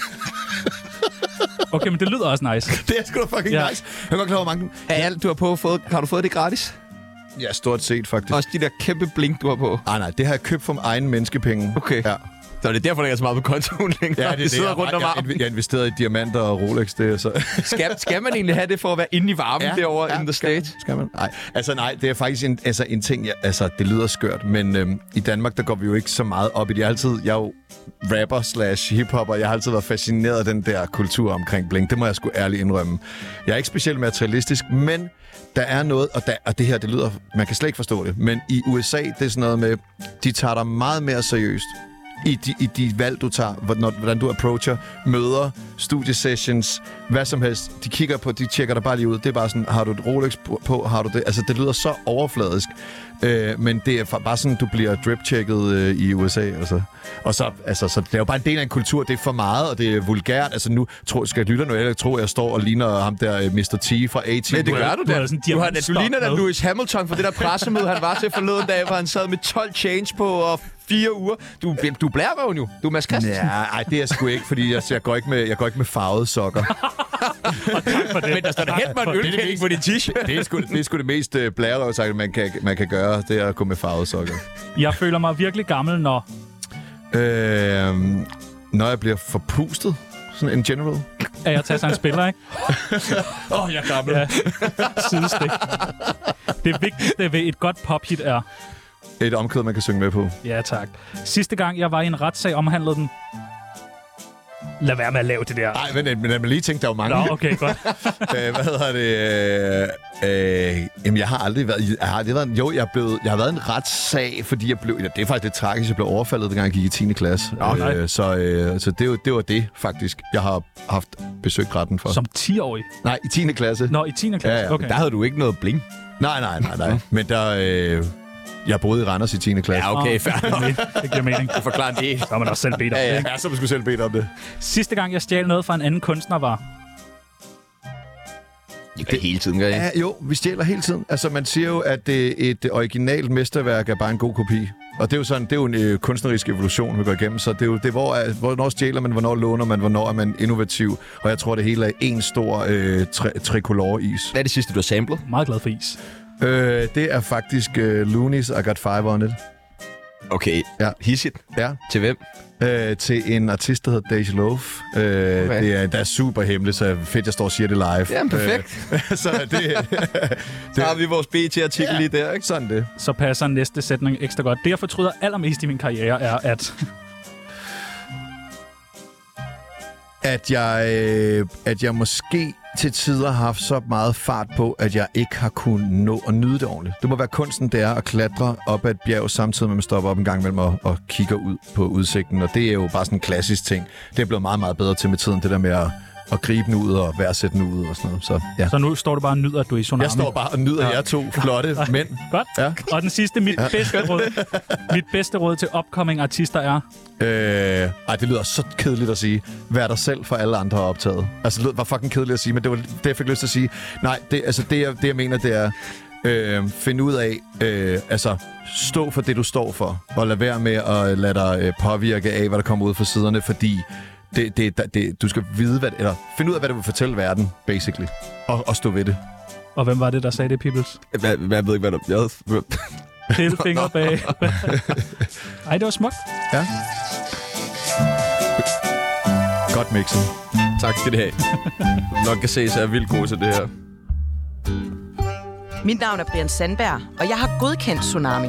Okay, men det lyder også nice. Det er sgu da fucking Ja. nice. Jeg kan godt klare, hvor mange... Af alt, du har på, fået, har du fået det gratis? Ja, stort set, faktisk. Også de der kæmpe blink, du har på. Ah, nej, det har jeg købt for egen menneskepenge. Okay. Ja. Så er det derfor, der ikke er så meget på kontoen længere. Ja, det er det. sidder Jeg, rundt om jeg, armen. jeg, jeg investeret i diamanter og Rolex, det er så... Skal, skal man egentlig have det for at være inde i varmen ja, derovre ja, in the skal States? Man, skal man? Nej, altså nej, det er faktisk en, altså, en ting, jeg, altså det lyder skørt, men øhm, i Danmark, der går vi jo ikke så meget op i det. Jeg er altid, jeg er jo rapper slash hiphopper, jeg har altid været fascineret af den der kultur omkring bling. Det må jeg sgu ærligt indrømme. Jeg er ikke specielt materialistisk, men der er noget, og, der, og det her, det lyder, man kan slet ikke forstå det, men i U S A, det er sådan noget med, de tager dig meget mere seriøst i de, i de valg, du tager, hvordan, hvordan du approacher møder, studiesessions, hvad som helst. De kigger på, de tjekker dig bare lige ud. Det er bare sådan, har du et Rolex på, har du det? Altså, det lyder så overfladisk. Øh, men det er fa- bare sådan, du bliver drip-checket øh, i U S A. Altså. Og så, altså, så det er jo bare en del af en kultur. Det er for meget, og det er vulgært. Altså, nu tror, skal lytterne jo heller ikke tro, at jeg står og ligner ham der øh, mister T fra A-Team. Men det gør du Du har da. sådan en Du, har, du diamantstok ligner da med. Lewis Hamilton for det der pressemøde, han var til forleden dag, hvor han sad med tolv change på og fire uger. Du, du er blærerøven jo. Du er Mads Christensen. Ja, ej, det er sgu ikke, fordi jeg, jeg, går ikke med, jeg går ikke med farvede sokker. Men der står der helt mig en ølkending på din t-shirt. Det er sgu det, er sgu det mest øh, blærerøvsagtige, man kan, man kan gøre, det er at gå med farvede sokker. Jeg føler mig virkelig gammel, når... Øh, når jeg bliver forpustet, sådan in general. At jeg tager sig en spiller, ikke? Åh, oh, jeg er gammel. Ja. Sidestik. Det vigtigste ved et godt pophit er... Et omkvæd, man kan synge med på. Ja, tak. Sidste gang, jeg var i en retssag, omhandlede den... Lad være med at lave det der. Nej, men, men jeg må lige tænke, der er jo mange. Nå, okay, godt. øh, hvad hedder det? Øh, øh, jamen, jeg har aldrig været... Jeg har aldrig været jo, jeg, er blevet, jeg har været i en retssag, fordi jeg blev... Ja, det er faktisk lidt tragisk, jeg blev overfaldet, dengang jeg gik i tiende klasse. Nå, nej. øh, så øh, så det, var, det var det, faktisk. Jeg har haft besøgt retten for. Som ti-årig? Nej, i tiende klasse. Nå, i tiende klasse? Ja, ja. Okay. Der havde du ikke noget bling. Nej, nej, nej, nej. Men der... Øh, jeg boede i Randers i tiende klasse. Ja, okay, fair. Det giver mening. Du forklarer det. Så har man også selv bedt om Ja, det, ja. ikke? Ja, så man skulle selv bedt om det. Sidste gang, jeg stjal noget fra en anden kunstner, var... Det gør hele tiden, gør jeg. Ja, jo, vi stjæler hele tiden. Altså, man siger jo, at det, et originalt mesterværk er bare en god kopi. Og det er jo sådan, det er jo en øh, kunstnerisk evolution, vi går igennem. Så det er jo det, hvor, er, hvornår stjæler man, hvornår låner man, hvornår er man innovativ. Og jeg tror, det hele er en stor øh, tri- tricolore-is. Hvad er det sidste, du har samlet? Meget glad for is. Øh, det er faktisk øh, Loonies, I Got Five on It. Okay, Ja. hissigt. Ja. Til hvem? Øh, til en artist, der hedder Deja Loaf. Øh, Okay. det er, der er super hemmeligt, så fedt, jeg står og siger det live. Jamen, perfekt. Øh, så det, Så har vi vores B T-artikel lige der, ikke? sådan det. Så passer næste sætning ekstra godt. Det, jeg fortryder allermest i min karriere, er, at... At jeg, øh, at jeg måske til tider har haft så meget fart på, at jeg ikke har kunnet nå at nyde det ordentligt. Det må være kunsten, det er at klatre op ad et bjerg, samtidig med at man stopper op en gang imellem og, og kigger ud på udsigten. Og det er jo bare sådan en klassisk ting. Det er blevet meget, meget bedre til med tiden, det der med at, at gribe den ud og værdsætte den ud og sådan noget. Så, ja. Så nu står du bare og nyder, at du er i Tsunami. Jeg står bare og nyder Ja. jer to flotte mænd. Godt. Ja. Og den sidste, mit bedste råd. Mit bedste råd til upcoming artister er... Øh, ej, det lyder så kedeligt at sige. Vær dig selv, for alle andre har optaget. Altså, det var fucking kedeligt at sige, men det var det, jeg fik lyst til at sige. Nej, det, altså, det, jeg, det jeg mener, det er... Øh, finde ud af... Øh, altså, stå for det, du står for. Og lad være med at lade dig øh, påvirke af, hvad der kommer ud fra siderne, fordi... Det, det, det, du skal vide, hvad, eller finde ud af, hvad du vil fortælle verden, basically. Og, og stå ved det. Og hvem var det, der sagde det, Peoples? Hvad, jeg ved ikke, hvad der... Jeg... Til finger bag. Ej, det var smukt. Ja. Godt mixet. Tak skal det have. Nok kan se, så jeg er vildt god til det her. Mit navn er Brian Sandberg, og jeg har godkendt Tsunami.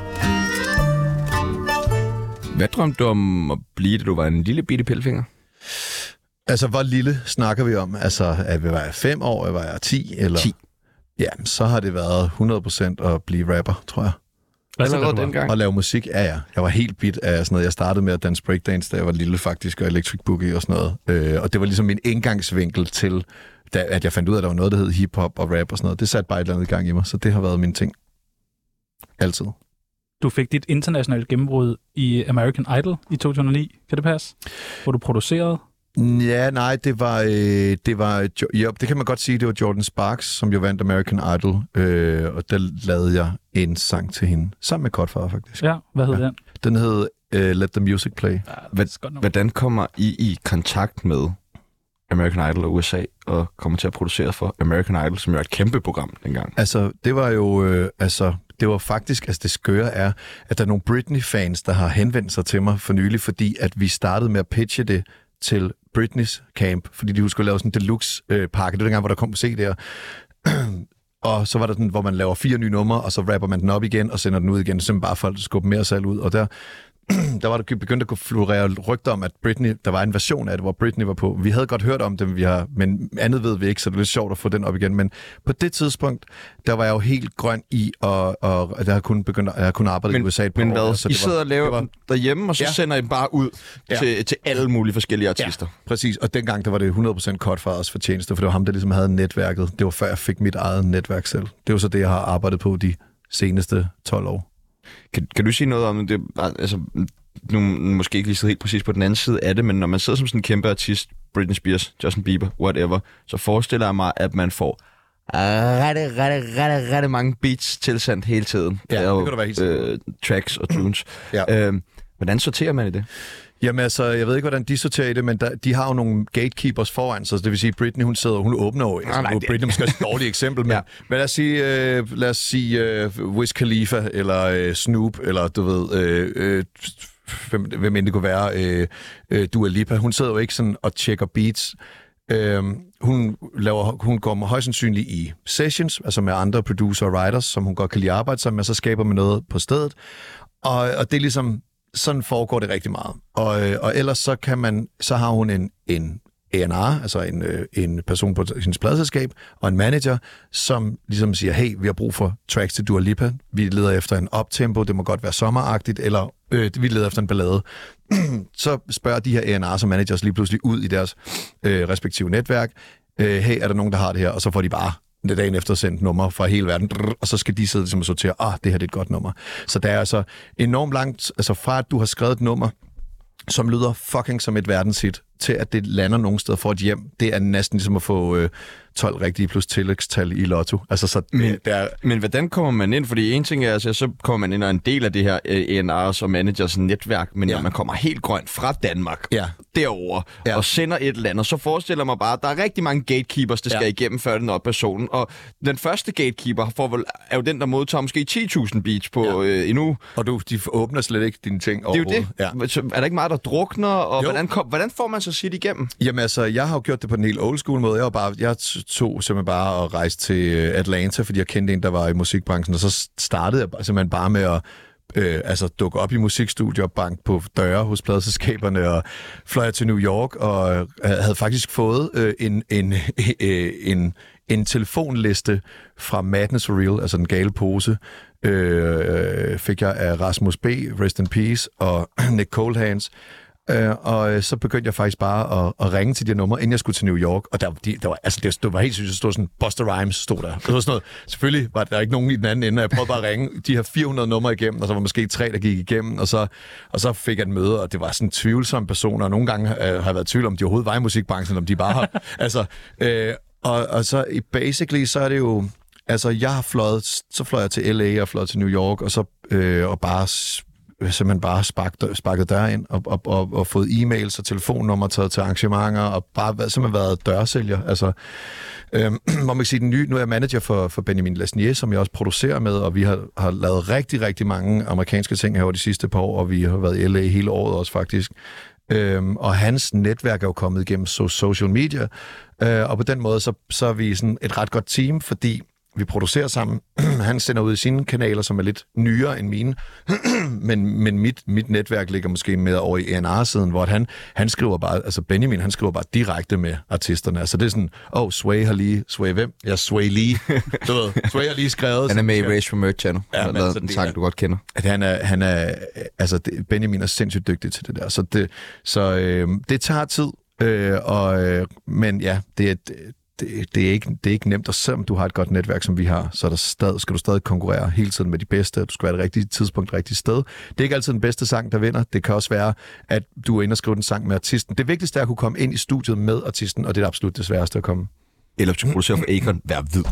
Hvad drømte du om at blive, da du var en lille bitte pillefinger? Altså, hvor lille snakker vi om? Altså, at vi var fem år, eller var jeg ti? Eller... ti. Ja, så har det været hundrede procent at blive rapper, tror jeg. Hvad så, Allerede da du var- dengang. Og lave musik, ja, ja. Jeg var helt bit af sådan noget. Jeg startede med at danse breakdance, da jeg var lille faktisk, og electric boogie og sådan noget. Øh, og det var ligesom min indgangsvinkel til, da, at jeg fandt ud af, at der var noget, der hed hiphop og rap og sådan noget. Det satte bare et eller andet i gang i mig, så det har været min ting. Altid. Du fik dit internationale gennembrud i American Idol i to tusind og ni. Kan det passe? Hvor du producerede? Ja, nej, det var, øh, det var, Jo- ja, det kan man godt sige, det var Jordan Sparks, som jo vandt American Idol, øh, og der lavede jeg en sang til hende, sammen med Godfather faktisk. Ja, hvad hed Ja. den? Den hed uh, Let the Music Play. Ja, Hvad, det er godt nok. hvordan kommer I i kontakt med American Idol og U S A, og kommer til at producere for American Idol, som jo er et kæmpe program dengang? Altså, det var jo, øh, altså, det var faktisk, altså det skøre er, at der er nogle Britney-fans, der har henvendt sig til mig for nylig, fordi at vi startede med at pitche det til Britneys camp, fordi de skulle lave sådan en deluxe-pakke. Det var dengang, hvor der kom på C D'er. Og så var der den, hvor man laver fire nye numre, og så rapper man den op igen, og sender den ud igen, simpelthen bare for at skubbe mere salg ud. Og der, der var der begyndt at kunne florere rygter om, at Britney, der var en version af det, hvor Britney var på. Vi havde godt hørt om det, vi har, men andet ved vi ikke, så det er lidt sjovt at få den op igen. Men på det tidspunkt, der var jeg jo helt grøn i, og, og jeg har kun begyndt, jeg har kun arbejdet Men- i U S A et par Men år. hvad? så I det var- sidder og laver det var- dem derhjemme, og så Ja. sender I dem bare ud Ja. til, til alle mulige forskellige artister. Præcis, og dengang der var det hundrede procent Godfathers fortjeneste, for det var ham, der ligesom havde netværket. Det var før jeg fik mit eget netværk selv. Det var så det, jeg har arbejdet på de seneste tolv år. Kan, kan du sige noget om det? Altså, nu måske ikke lige sidde helt præcis på den anden side af det, men når man sidder som sådan en kæmpe artist, Britney Spears, Justin Bieber, whatever, så forestiller jeg mig, at man får rigtig, rigtig, rigtig, rigtig mange beats tilsendt hele tiden. Ja, det Og, kan du være helt sikker på. øh, tracks og tunes. Ja. Øhm, hvordan sorterer man i det? Jamen altså, jeg ved ikke, hvordan de sorterer i det, men der, de har jo nogle gatekeepers foran sig. Så det vil sige, Britney, hun sidder, hun åbner jo. Altså, nej, nu er det- Britney måske et dårligt eksempel, men, Ja. ja. men lad os sige, øh, lad os sige øh, Wiz Khalifa, eller øh, Snoop, eller du ved, øh, øh, hvem, hvem end det kunne være, øh, øh, Dua Lipa. Hun sidder jo ikke sådan og tjekker beats. Øh, hun, laver, hun går højst sandsynligt i sessions, altså med andre producer og writers, som hun godt kan lide at arbejde sammen med, så skaber man noget på stedet. Og, og det er ligesom, sådan foregår det rigtig meget. Og, øh, og ellers så kan man, så har hun en, en A and R, altså en, øh, en person på hendes pladselskab, og en manager, som ligesom siger, hey, vi har brug for tracks til Dua Lipa. Vi leder efter en uptempo, det må godt være sommeragtigt, eller øh, vi leder efter en ballade. Så spørger de her A and R's og managers lige pludselig ud i deres øh, respektive netværk, øh, hey, er der nogen, der har det her? Og så får de bare dagen efter sendt nummer fra hele verden, og så skal de sidde ligesom og sortere, ah, det her det er et godt nummer. Så der er altså enormt langt, altså fra at du har skrevet et nummer, som lyder fucking som et verdenshit, til, at det lander nogen steder for et hjem, det er næsten ligesom at få øh, tolv rigtige plus tillægstal i lotto. Altså, så det, men, det er... men hvordan kommer man ind? Fordi en ting er, altså, så kommer man ind og en del af det her A and R's og managers netværk, men ja. Ja, man kommer helt grønt fra Danmark ja. derover ja. og sender et eller andet. Så forestiller mig bare, at der er rigtig mange gatekeepers, der ja. skal igennem, før den op personen. Og den første gatekeeper får vel, er jo den, der modtager måske ti tusind beats på ja. øh, en uge. Og du, de åbner slet ikke dine ting overhovedet. Det er jo det. Ja. Så er der ikke meget, der drukner? Og hvordan, kom, hvordan får man så sit igennem? Jamen altså, jeg har jo gjort det på den helt old school måde. Jeg var bare, jeg tog simpelthen bare og rejste til Atlanta, fordi jeg kendte en, der var i musikbranchen, og så startede jeg simpelthen bare med at øh, altså dukke op i musikstudier og banke på døre hos pladeselskaberne, og fløj jeg til New York, og havde faktisk fået øh, en, en, øh, en, en telefonliste fra Madness for Real, altså den gale pose, øh, fik jeg af Rasmus B., Rest in Peace, og Nick Coldhands. Uh, og så begyndte jeg faktisk bare at, at ringe til de numre, inden jeg skulle til New York. Og der, de, der var, altså, det, det var helt sygt, at stod sådan, Busta Rhymes stod der. Det var sådan noget. Selvfølgelig var der ikke nogen i den anden ende, og jeg prøvede bare at ringe de her fire hundrede numre igennem, og så var måske tre, der gik igennem, og så, og så fik jeg et møde, og det var sådan tvivlsomme personer, og nogle gange uh, har jeg været i tvivl om, de overhovedet var i musikbranchen, om de bare har... altså, uh, og, og så basically, så er det jo... Altså, jeg har fløjet, så fløj jeg til L A og fløjet til New York, og så uh, og bare... simpelthen bare sparket, sparket dør ind og, og, og, og fået e-mails og telefonnummer taget til arrangementer og bare simpelthen været dørsælger. Altså, øhm, må man sige, den nye, nu er jeg manager for, for Benjamin Lasnier, som jeg også producerer med, og vi har, har lavet rigtig, rigtig mange amerikanske ting her over de sidste par år, og vi har været i L A hele året også faktisk. Øhm, og hans netværk er jo kommet igennem so, social media, øh, og på den måde, så, så er vi sådan et ret godt team, fordi vi producerer sammen. Han sender ud i sine kanaler, som er lidt nyere end mine. men men mit, mit netværk ligger måske mere over i A and R-siden, hvor han, han skriver bare, altså Benjamin, han skriver bare direkte med artisterne. Altså det er sådan, åh, oh, Sway har lige, Sway hvem? Ja, Sway Lee. Du ved, Sway har lige skrevet. Han er med i Race for Merch Channel. Ja, han har lavet en sang, du godt kender. At han er, han er, altså det, Benjamin er sindssygt dygtig til det der. Så det, så, øh, det tager tid, øh, og, øh, men ja, det er... Det, Det, det, er ikke, det er ikke nemt, og selvom du har et godt netværk, som vi har, så er der stadig, skal du stadig konkurrere hele tiden med de bedste, og du skal være det rigtige tidspunkt, det rigtige sted. Det er ikke altid den bedste sang, der vinder. Det kan også være, at du er inde og skrive den sang med artisten. Det vigtigste er at kunne komme ind i studiet med artisten, og det er absolut det sværeste at komme. Eller hvis du producerer for Akon, vær hvid.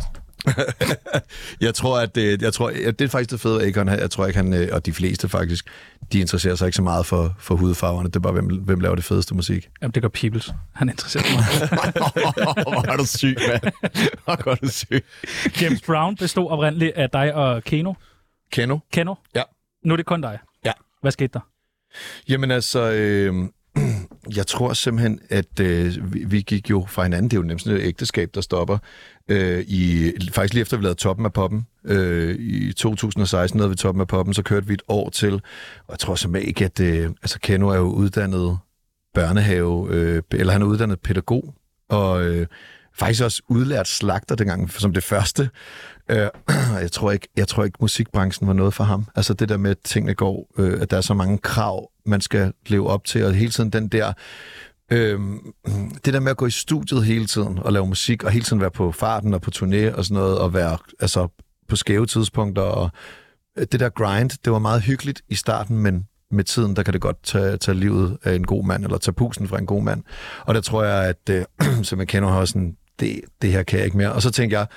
jeg tror, at det, jeg tror, at det er faktisk det fede ved Akon. Jeg tror ikke, han, og de fleste faktisk, de interesserer sig ikke så meget for, for hudfarverne. Det er bare, hvem, hvem laver det fedeste musik. Jamen, det gør Peoples. Han interesserer sig meget. Hvor er du syg, mand. Hvor er du syg. James Brown bestod oprindeligt af dig og Keno. Keno? Keno? Ja. Nu er det kun dig. Ja. Hvad skete der? Jamen altså... Øh... Jeg tror simpelthen, at øh, vi, vi gik jo fra hinanden. Det er jo nemlig et ægteskab, der stopper. Øh, i, faktisk lige efter vi lavede Toppen af Poppen. Øh, I to tusind og seksten lavede vi Toppen af Poppen, så kørte vi et år til. Og jeg tror simpelthen ikke, at... Øh, altså, Keno er jo uddannet børnehave, øh, eller han er uddannet pædagog, og øh, faktisk også udlært slagter dengang som det første. Øh, jeg tror ikke, jeg tror ikke, musikbranchen var noget for ham. Altså det der med, at tingene går, øh, at der er så mange krav, man skal leve op til, og hele tiden den der, øh, det der med at gå i studiet hele tiden og lave musik, og hele tiden være på farten og på turné og sådan noget, og være altså på skæve tidspunkter, og det der grind, det var meget hyggeligt i starten, men med tiden, der kan det godt tage, tage livet af en god mand, eller tage pusen fra en god mand. Og der tror jeg, at øh, som jeg kender har sådan, det, det her kan jeg ikke mere. Og så tænker jeg,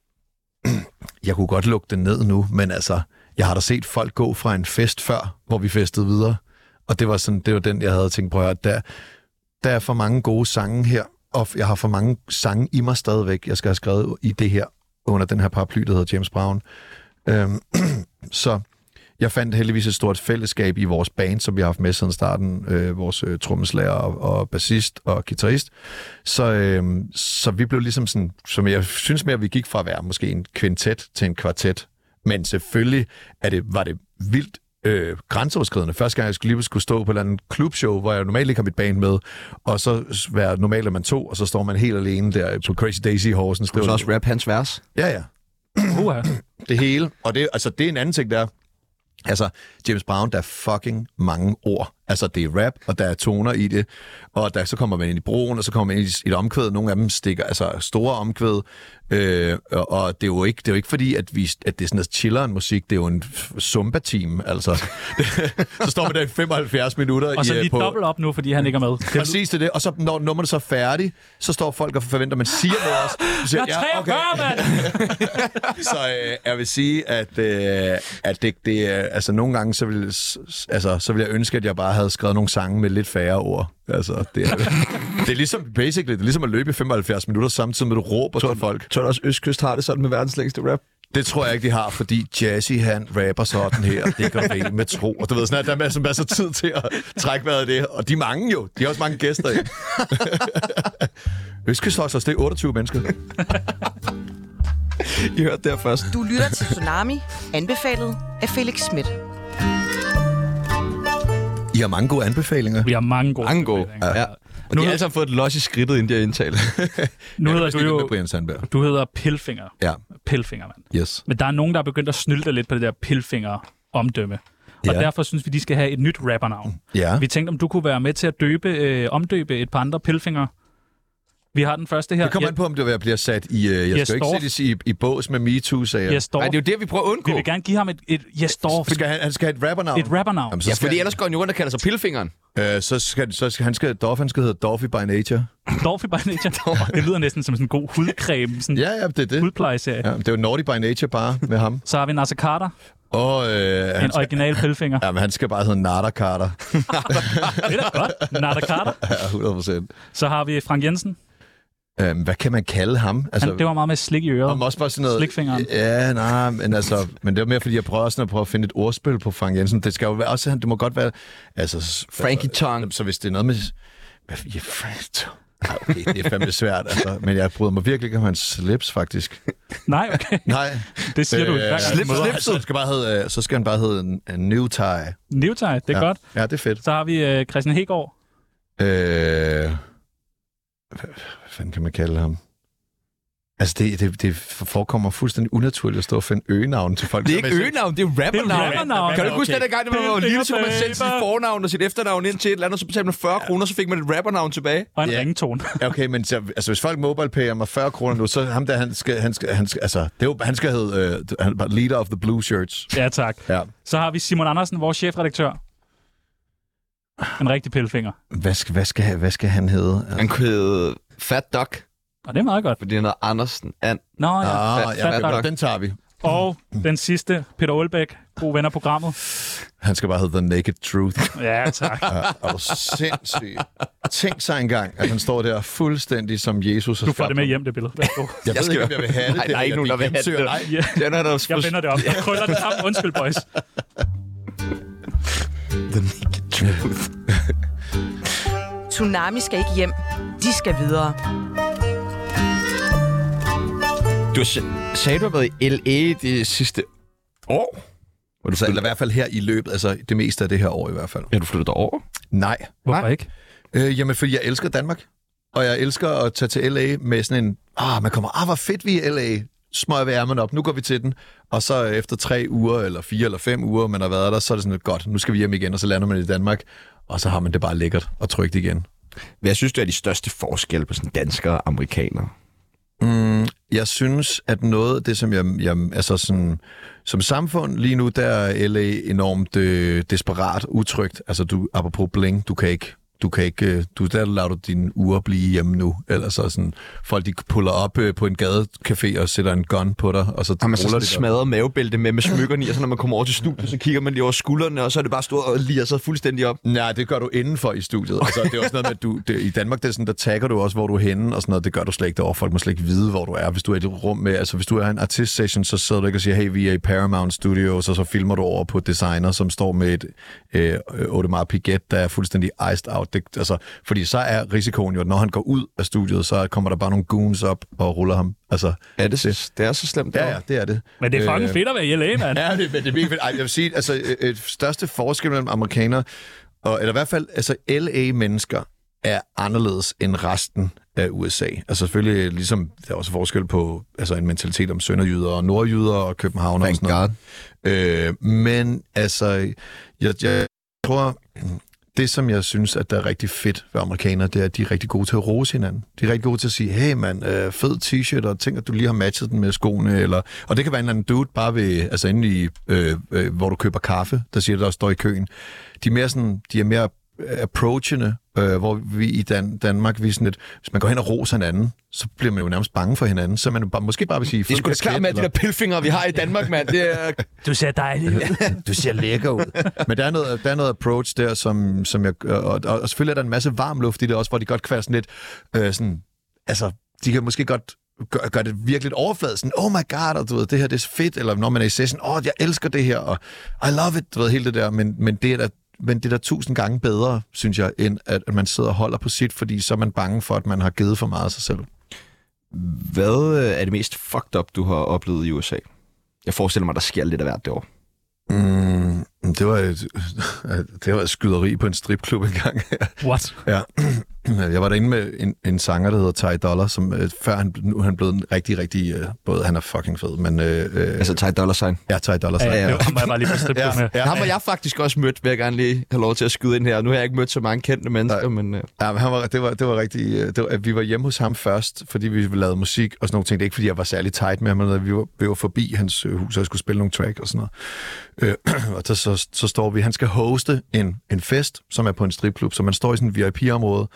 jeg kunne godt lukke det ned nu, men altså, jeg har da set folk gå fra en fest før, hvor vi festede videre. Og det var sådan, det var den, jeg havde tænkt på at høre. Der, der er for mange gode sange her, og jeg har for mange sange i mig stadigvæk, jeg skal have skrevet i det her, under den her paraply, der hedder James Brown. Øhm, så jeg fandt heldigvis et stort fællesskab i vores band, som vi har haft med siden starten. Øh, vores øh, trommeslager og, og bassist og guitarist. Så, øh, så vi blev ligesom sådan, som jeg synes mere, at vi gik fra at være måske en kvintet til en kvartet. Men selvfølgelig er det, var det vildt øh, grænseoverskridende. Første gang, jeg skulle lige skulle stå på et eller andet klubshow, hvor jeg normalt ikke har mit band med, og så være normalt er man to, og så står man helt alene der på Crazy Daisy i Horsens. Skulle du så også rap hans vers? Ja, ja. Uh-huh. Det hele. Og det, altså, det er en anden ting, der. Altså, James Brown, der er fucking mange ord Altså, det er rap, og der er toner i det, og der, så kommer man ind i broen, og så kommer man ind i et omkvæd. Nogle af dem stikker, altså store omkvæd, øh, og, og det er jo ikke, det er jo ikke fordi, at, vi, at det er sådan noget chilleren musik, det er jo en zumba-team, altså. Så står man der i femoghalvfjerds minutter. Og så i, lige på... dobbelt op nu, fordi han ikke er med. Præcis det, og så når nummeret så er færdigt, så står folk og forventer, man siger noget også. Siger, jeg er treogfyrre, mand! Så øh, jeg vil sige, at, øh, at det, det er, altså nogle gange, så vil, altså, så vil jeg ønske, at jeg bare havde skrevet nogle sange med lidt færre ord. Altså, det er, det er ligesom, basically, det er ligesom at løbe i femoghalvfjerds minutter, samtidig med, at du råber til folk. Tror du også, Østkyst har det sådan med verdens længste rap? Det tror jeg ikke, de har, fordi Jazzy, han rapper sådan her. Det kan du ikke med tro. Og du ved sådan, at der er masser, masser tid til at trække vejret af det. Og de er mange jo. De har også mange gæster i. Østkyst også, det er otteogtyve mennesker. I hørte det her først. Du lytter til Tsunami, anbefalet af Felix Schmidt. I har mange gode anbefalinger. Vi har mange gode Mange gode, anbefalinger. ja. Og de har alle sammen fået et los i skridtet, inden de har indtalt. Nu hedder du jo... Med Brian Sandberg. Du hedder Pilfinger. Ja. Pilfinger, mand. Yes. Men der er nogen, der er begyndt at snylte lidt på det der Pilfinger-omdømme. Og Ja. derfor synes vi, de skal have et nyt rappernavn. Ja. Vi tænkte, om du kunne være med til at døbe, øh, omdøbe et par andre Pilfinger. Vi har den første her. Det kommer an på, om det bliver sat i... Uh, jeg Yes, skal jo ikke sættes i, i bås med MeToo-sager. Yes, Nej, det er jo det, vi prøver at undgå. Vi vil gerne give ham et, et Yes, Dorf. Skal han, han skal have et rappernavn. Et rappernavn. Jamen, så Ja, skal fordi ellers går han jo rundt og kalder sig Pilfingeren. Øh, så skal, så skal han skal Dorf, han skal hedde Dorfy by Nature. Dorfy by Nature. Det lyder næsten som sådan en god hudcreme. Sådan Ja, ja, det er det. hudplejeserie. Ja, det er jo Naughty by Nature bare med ham. Så har vi Nasser Carter. Og øh, han En skal, original Pilfinger. ja, men han skal bare hedde Nada Carter. Det er da godt. Nasser Carter. Ja, hundrede procent. Så har vi Frank Jensen. Øhm, hvad kan man kalde ham? Altså, han, det var meget med slik i øret. Om også bare sådan noget... Slikfingeren. Ja, nej, men altså... Men det var mere, fordi jeg prøver sådan at prøve at finde et ordspil på Frank Jensen. Det skal jo være, også... Det må godt være... Altså... Frankie Tong. Så hvis det er noget med... Hvad, ja, Frankie Tong. Okay, det er fandme svært, altså. Men jeg bryder mig virkelig ikke om hans slips, faktisk. Nej, okay. Nej. Det siger øh, du hver gang. Slip, slipset. Så, skal bare hedde, så skal han bare hedde en, en new tie. New tie, det er ja. godt. Ja, det er fedt. Så har vi øh, Christian Hegård. Øh... Hvad, hvad fanden kan man kalde ham? Altså, det, det, det forekommer fuldstændig unaturligt at stå og finde øgenavn til folk. Det er ikke øgenavn, det er rappernavn. Det er rappernavn. Kan du ikke huske, at den gang, det var lille, så kunne man sætte sit fornavn og sit efternavn ind til et eller andet, så betalte man fyrre kroner, så fik man et rappernavn tilbage. Og en Ja. ringetone. Okay, men så, altså, hvis folk mobilepayer mig fyrre kroner nu, så ham der, han skal, han skal, han skal, altså, det er jo, han skal hedde uh, leader of the blue shirts. Ja, tak. Ja. Så har vi Simon Andersen, vores chefredaktør. En rigtig pilfinger. Hvad skal, hvad skal, hvad skal han hedde? Han kunne hedde Fat Duck, Og det er meget godt. fordi han hedder Andersen And. Nå ja. Ah, Fat- ja, fat ja, nok. den tager vi. Og den sidste, Peter Aalbæk, god ven af programmet. Han skal bare hedde The Naked Truth. Ja, tak. Ja, er du sindssyg? Tænk sig engang, at han står der fuldstændig som Jesus. Du får det med hjem, det billede. Værsgo. Jeg, jeg ved skal- ikke, om jeg vil have det. Nej, der er ikke nogen, der vil have det. Nej. Ja, Den er der jeg vender det op. Jeg krøller det sammen. Undskyld, boys. The Naked Truth. Tsunami skal ikke hjem. De skal videre. Du s- sagde, du har været i L A det sidste år? Hvor du eller i hvert fald her i løbet, altså det meste af det her år i hvert fald. Ja, du flyttede derover. Nej. Hvorfor Nej. ikke? Øh, jamen, fordi jeg elsker Danmark. Og jeg elsker at tage til L A med sådan en, ah, man kommer, ah, hvor fedt vi er i L A. Smøger vi ærmerne op, nu går vi til den. Og så efter tre uger, eller fire eller fem uger, man har været der, så er det sådan lidt godt, nu skal vi hjem igen, og så lander man i Danmark. Og så har man det bare lækkert og trygt igen. Hvad jeg synes, det er de største forskelle på sådan danskere og amerikanere? Mm, jeg synes, at noget af det, som jeg, jeg altså sådan, som samfund lige nu, der er L A enormt øh, desperat, utrygt. Altså, du, apropos bling, du kan ikke, du kan ikke, du, der lader du dine uger blive hjemme nu. Eller så sådan, folk de puller op øh, på en gadecafé og sætter en gun på dig, og så Har man så ruller sådan de dig. smadret mavebælte med med smykkerne i, og så når man kommer over til studiet, så kigger man lige over skuldrene, og så er det bare stået og liger sig fuldstændig op. Nej, det gør du indenfor i studiet. Altså, det er også noget med, at du, det, i Danmark, det er sådan, der tagger du også, hvor du er henne, og sådan noget. Det gør du slet ikke derovre. Folk må slet ikke vide, hvor du er. Hvis du er i et rum med, altså hvis du er i en artist-session, så sidder du ikke og siger, hey, vi er i Paramount Studios, og så filmer du over på designer, som står med et øh, Audemars Piguet, der er fuldstændig iced out. Det, altså, fordi så er risikoen jo, at når han går ud af studiet, så kommer der bare nogle goons op og ruller ham. Altså, Er det, så, det er så slemt ja, derovre? ja, det er det. Men det er fucking Øh, fedt at være i L A, mand. Ja, det, det er virkelig fedt. Ej, jeg vil sige, altså, et, et største forskel mellem amerikanere, og, eller i hvert fald, altså, L A-mennesker er anderledes end resten af U S A. Altså selvfølgelig, ligesom, der er også forskel på altså, en mentalitet om sønderjyder og nordjyder og københavner og sådan noget. Øh, men altså, jeg, jeg tror, det, som jeg synes, at der er rigtig fedt ved amerikanere, det er, at de er rigtig gode til at rose hinanden. De er rigtig gode til at sige, hey mand, øh, fed t-shirt, og tænk, at du lige har matchet den med skoene. Eller, og det kan være en eller anden dude, bare ved, altså inde i, øh, øh, hvor du køber kaffe, der siger, der står i køen. De er mere, sådan, de er mere approachende, øh, hvor vi i Dan- Danmark, vi sådan lidt, hvis man går hen og roser hinanden, så bliver man jo nærmest bange for hinanden, så man jo bare, måske bare vil sige... Det er sgu da klart med, at de der pilfingre, vi har i Danmark, mand. Det er... Du ser dejlig ud. Du ser lækker ud. Men der er noget, der er noget approach der, som, som jeg... Og, og, og selvfølgelig er der en masse varm luft i det også, hvor de godt kan være sådan lidt... Øh, sådan, altså, de kan måske godt gøre gør det virkelig overfladet. Sådan, oh my god, og du ved, det her det er fedt. Eller når man er i session, åh, oh, jeg elsker det her, og I love it, du ved, hele det der. Men, men det er der Men det er da tusind gange bedre, synes jeg, end at man sidder og holder på sit, fordi så er man bange for, at man har givet for meget af sig selv. Hvad er det mest fucked up, du har oplevet i U S A? Jeg forestiller mig, der sker lidt af hvert derovre. Mm, det var et, det var et skyderi på en stripklub engang. What? Ja. Jeg var derinde med en, en sanger, der hedder Ty Dolla, som øh, før han, nu er han blevet en rigtig, rigtig, øh, både han er fucking fed, men... Øh, altså Ty Dolla Sign? Ja, Ty Dolla Sign. Ja, ja, ja. Det var jeg bare lige på stripklub ja, med. Ja, ham har jeg faktisk også mødt, vil jeg gerne lige have lov til at skyde ind her. Nu har jeg ikke mødt så mange kendte mennesker, Nej. men... Øh. Ja, men han var, det, var, det var rigtig... Det var, vi var hjemme hos ham først, fordi vi lavede musik og sådan nogle ting. Det er ikke, fordi jeg var særlig tight med ham, men vi var, vi var forbi hans hus, og jeg skulle spille nogle track og sådan noget. Øh, og så, så, så står vi... Han skal hoste en, en fest, som er på en stripklub, så man står i sådan en V I P-område.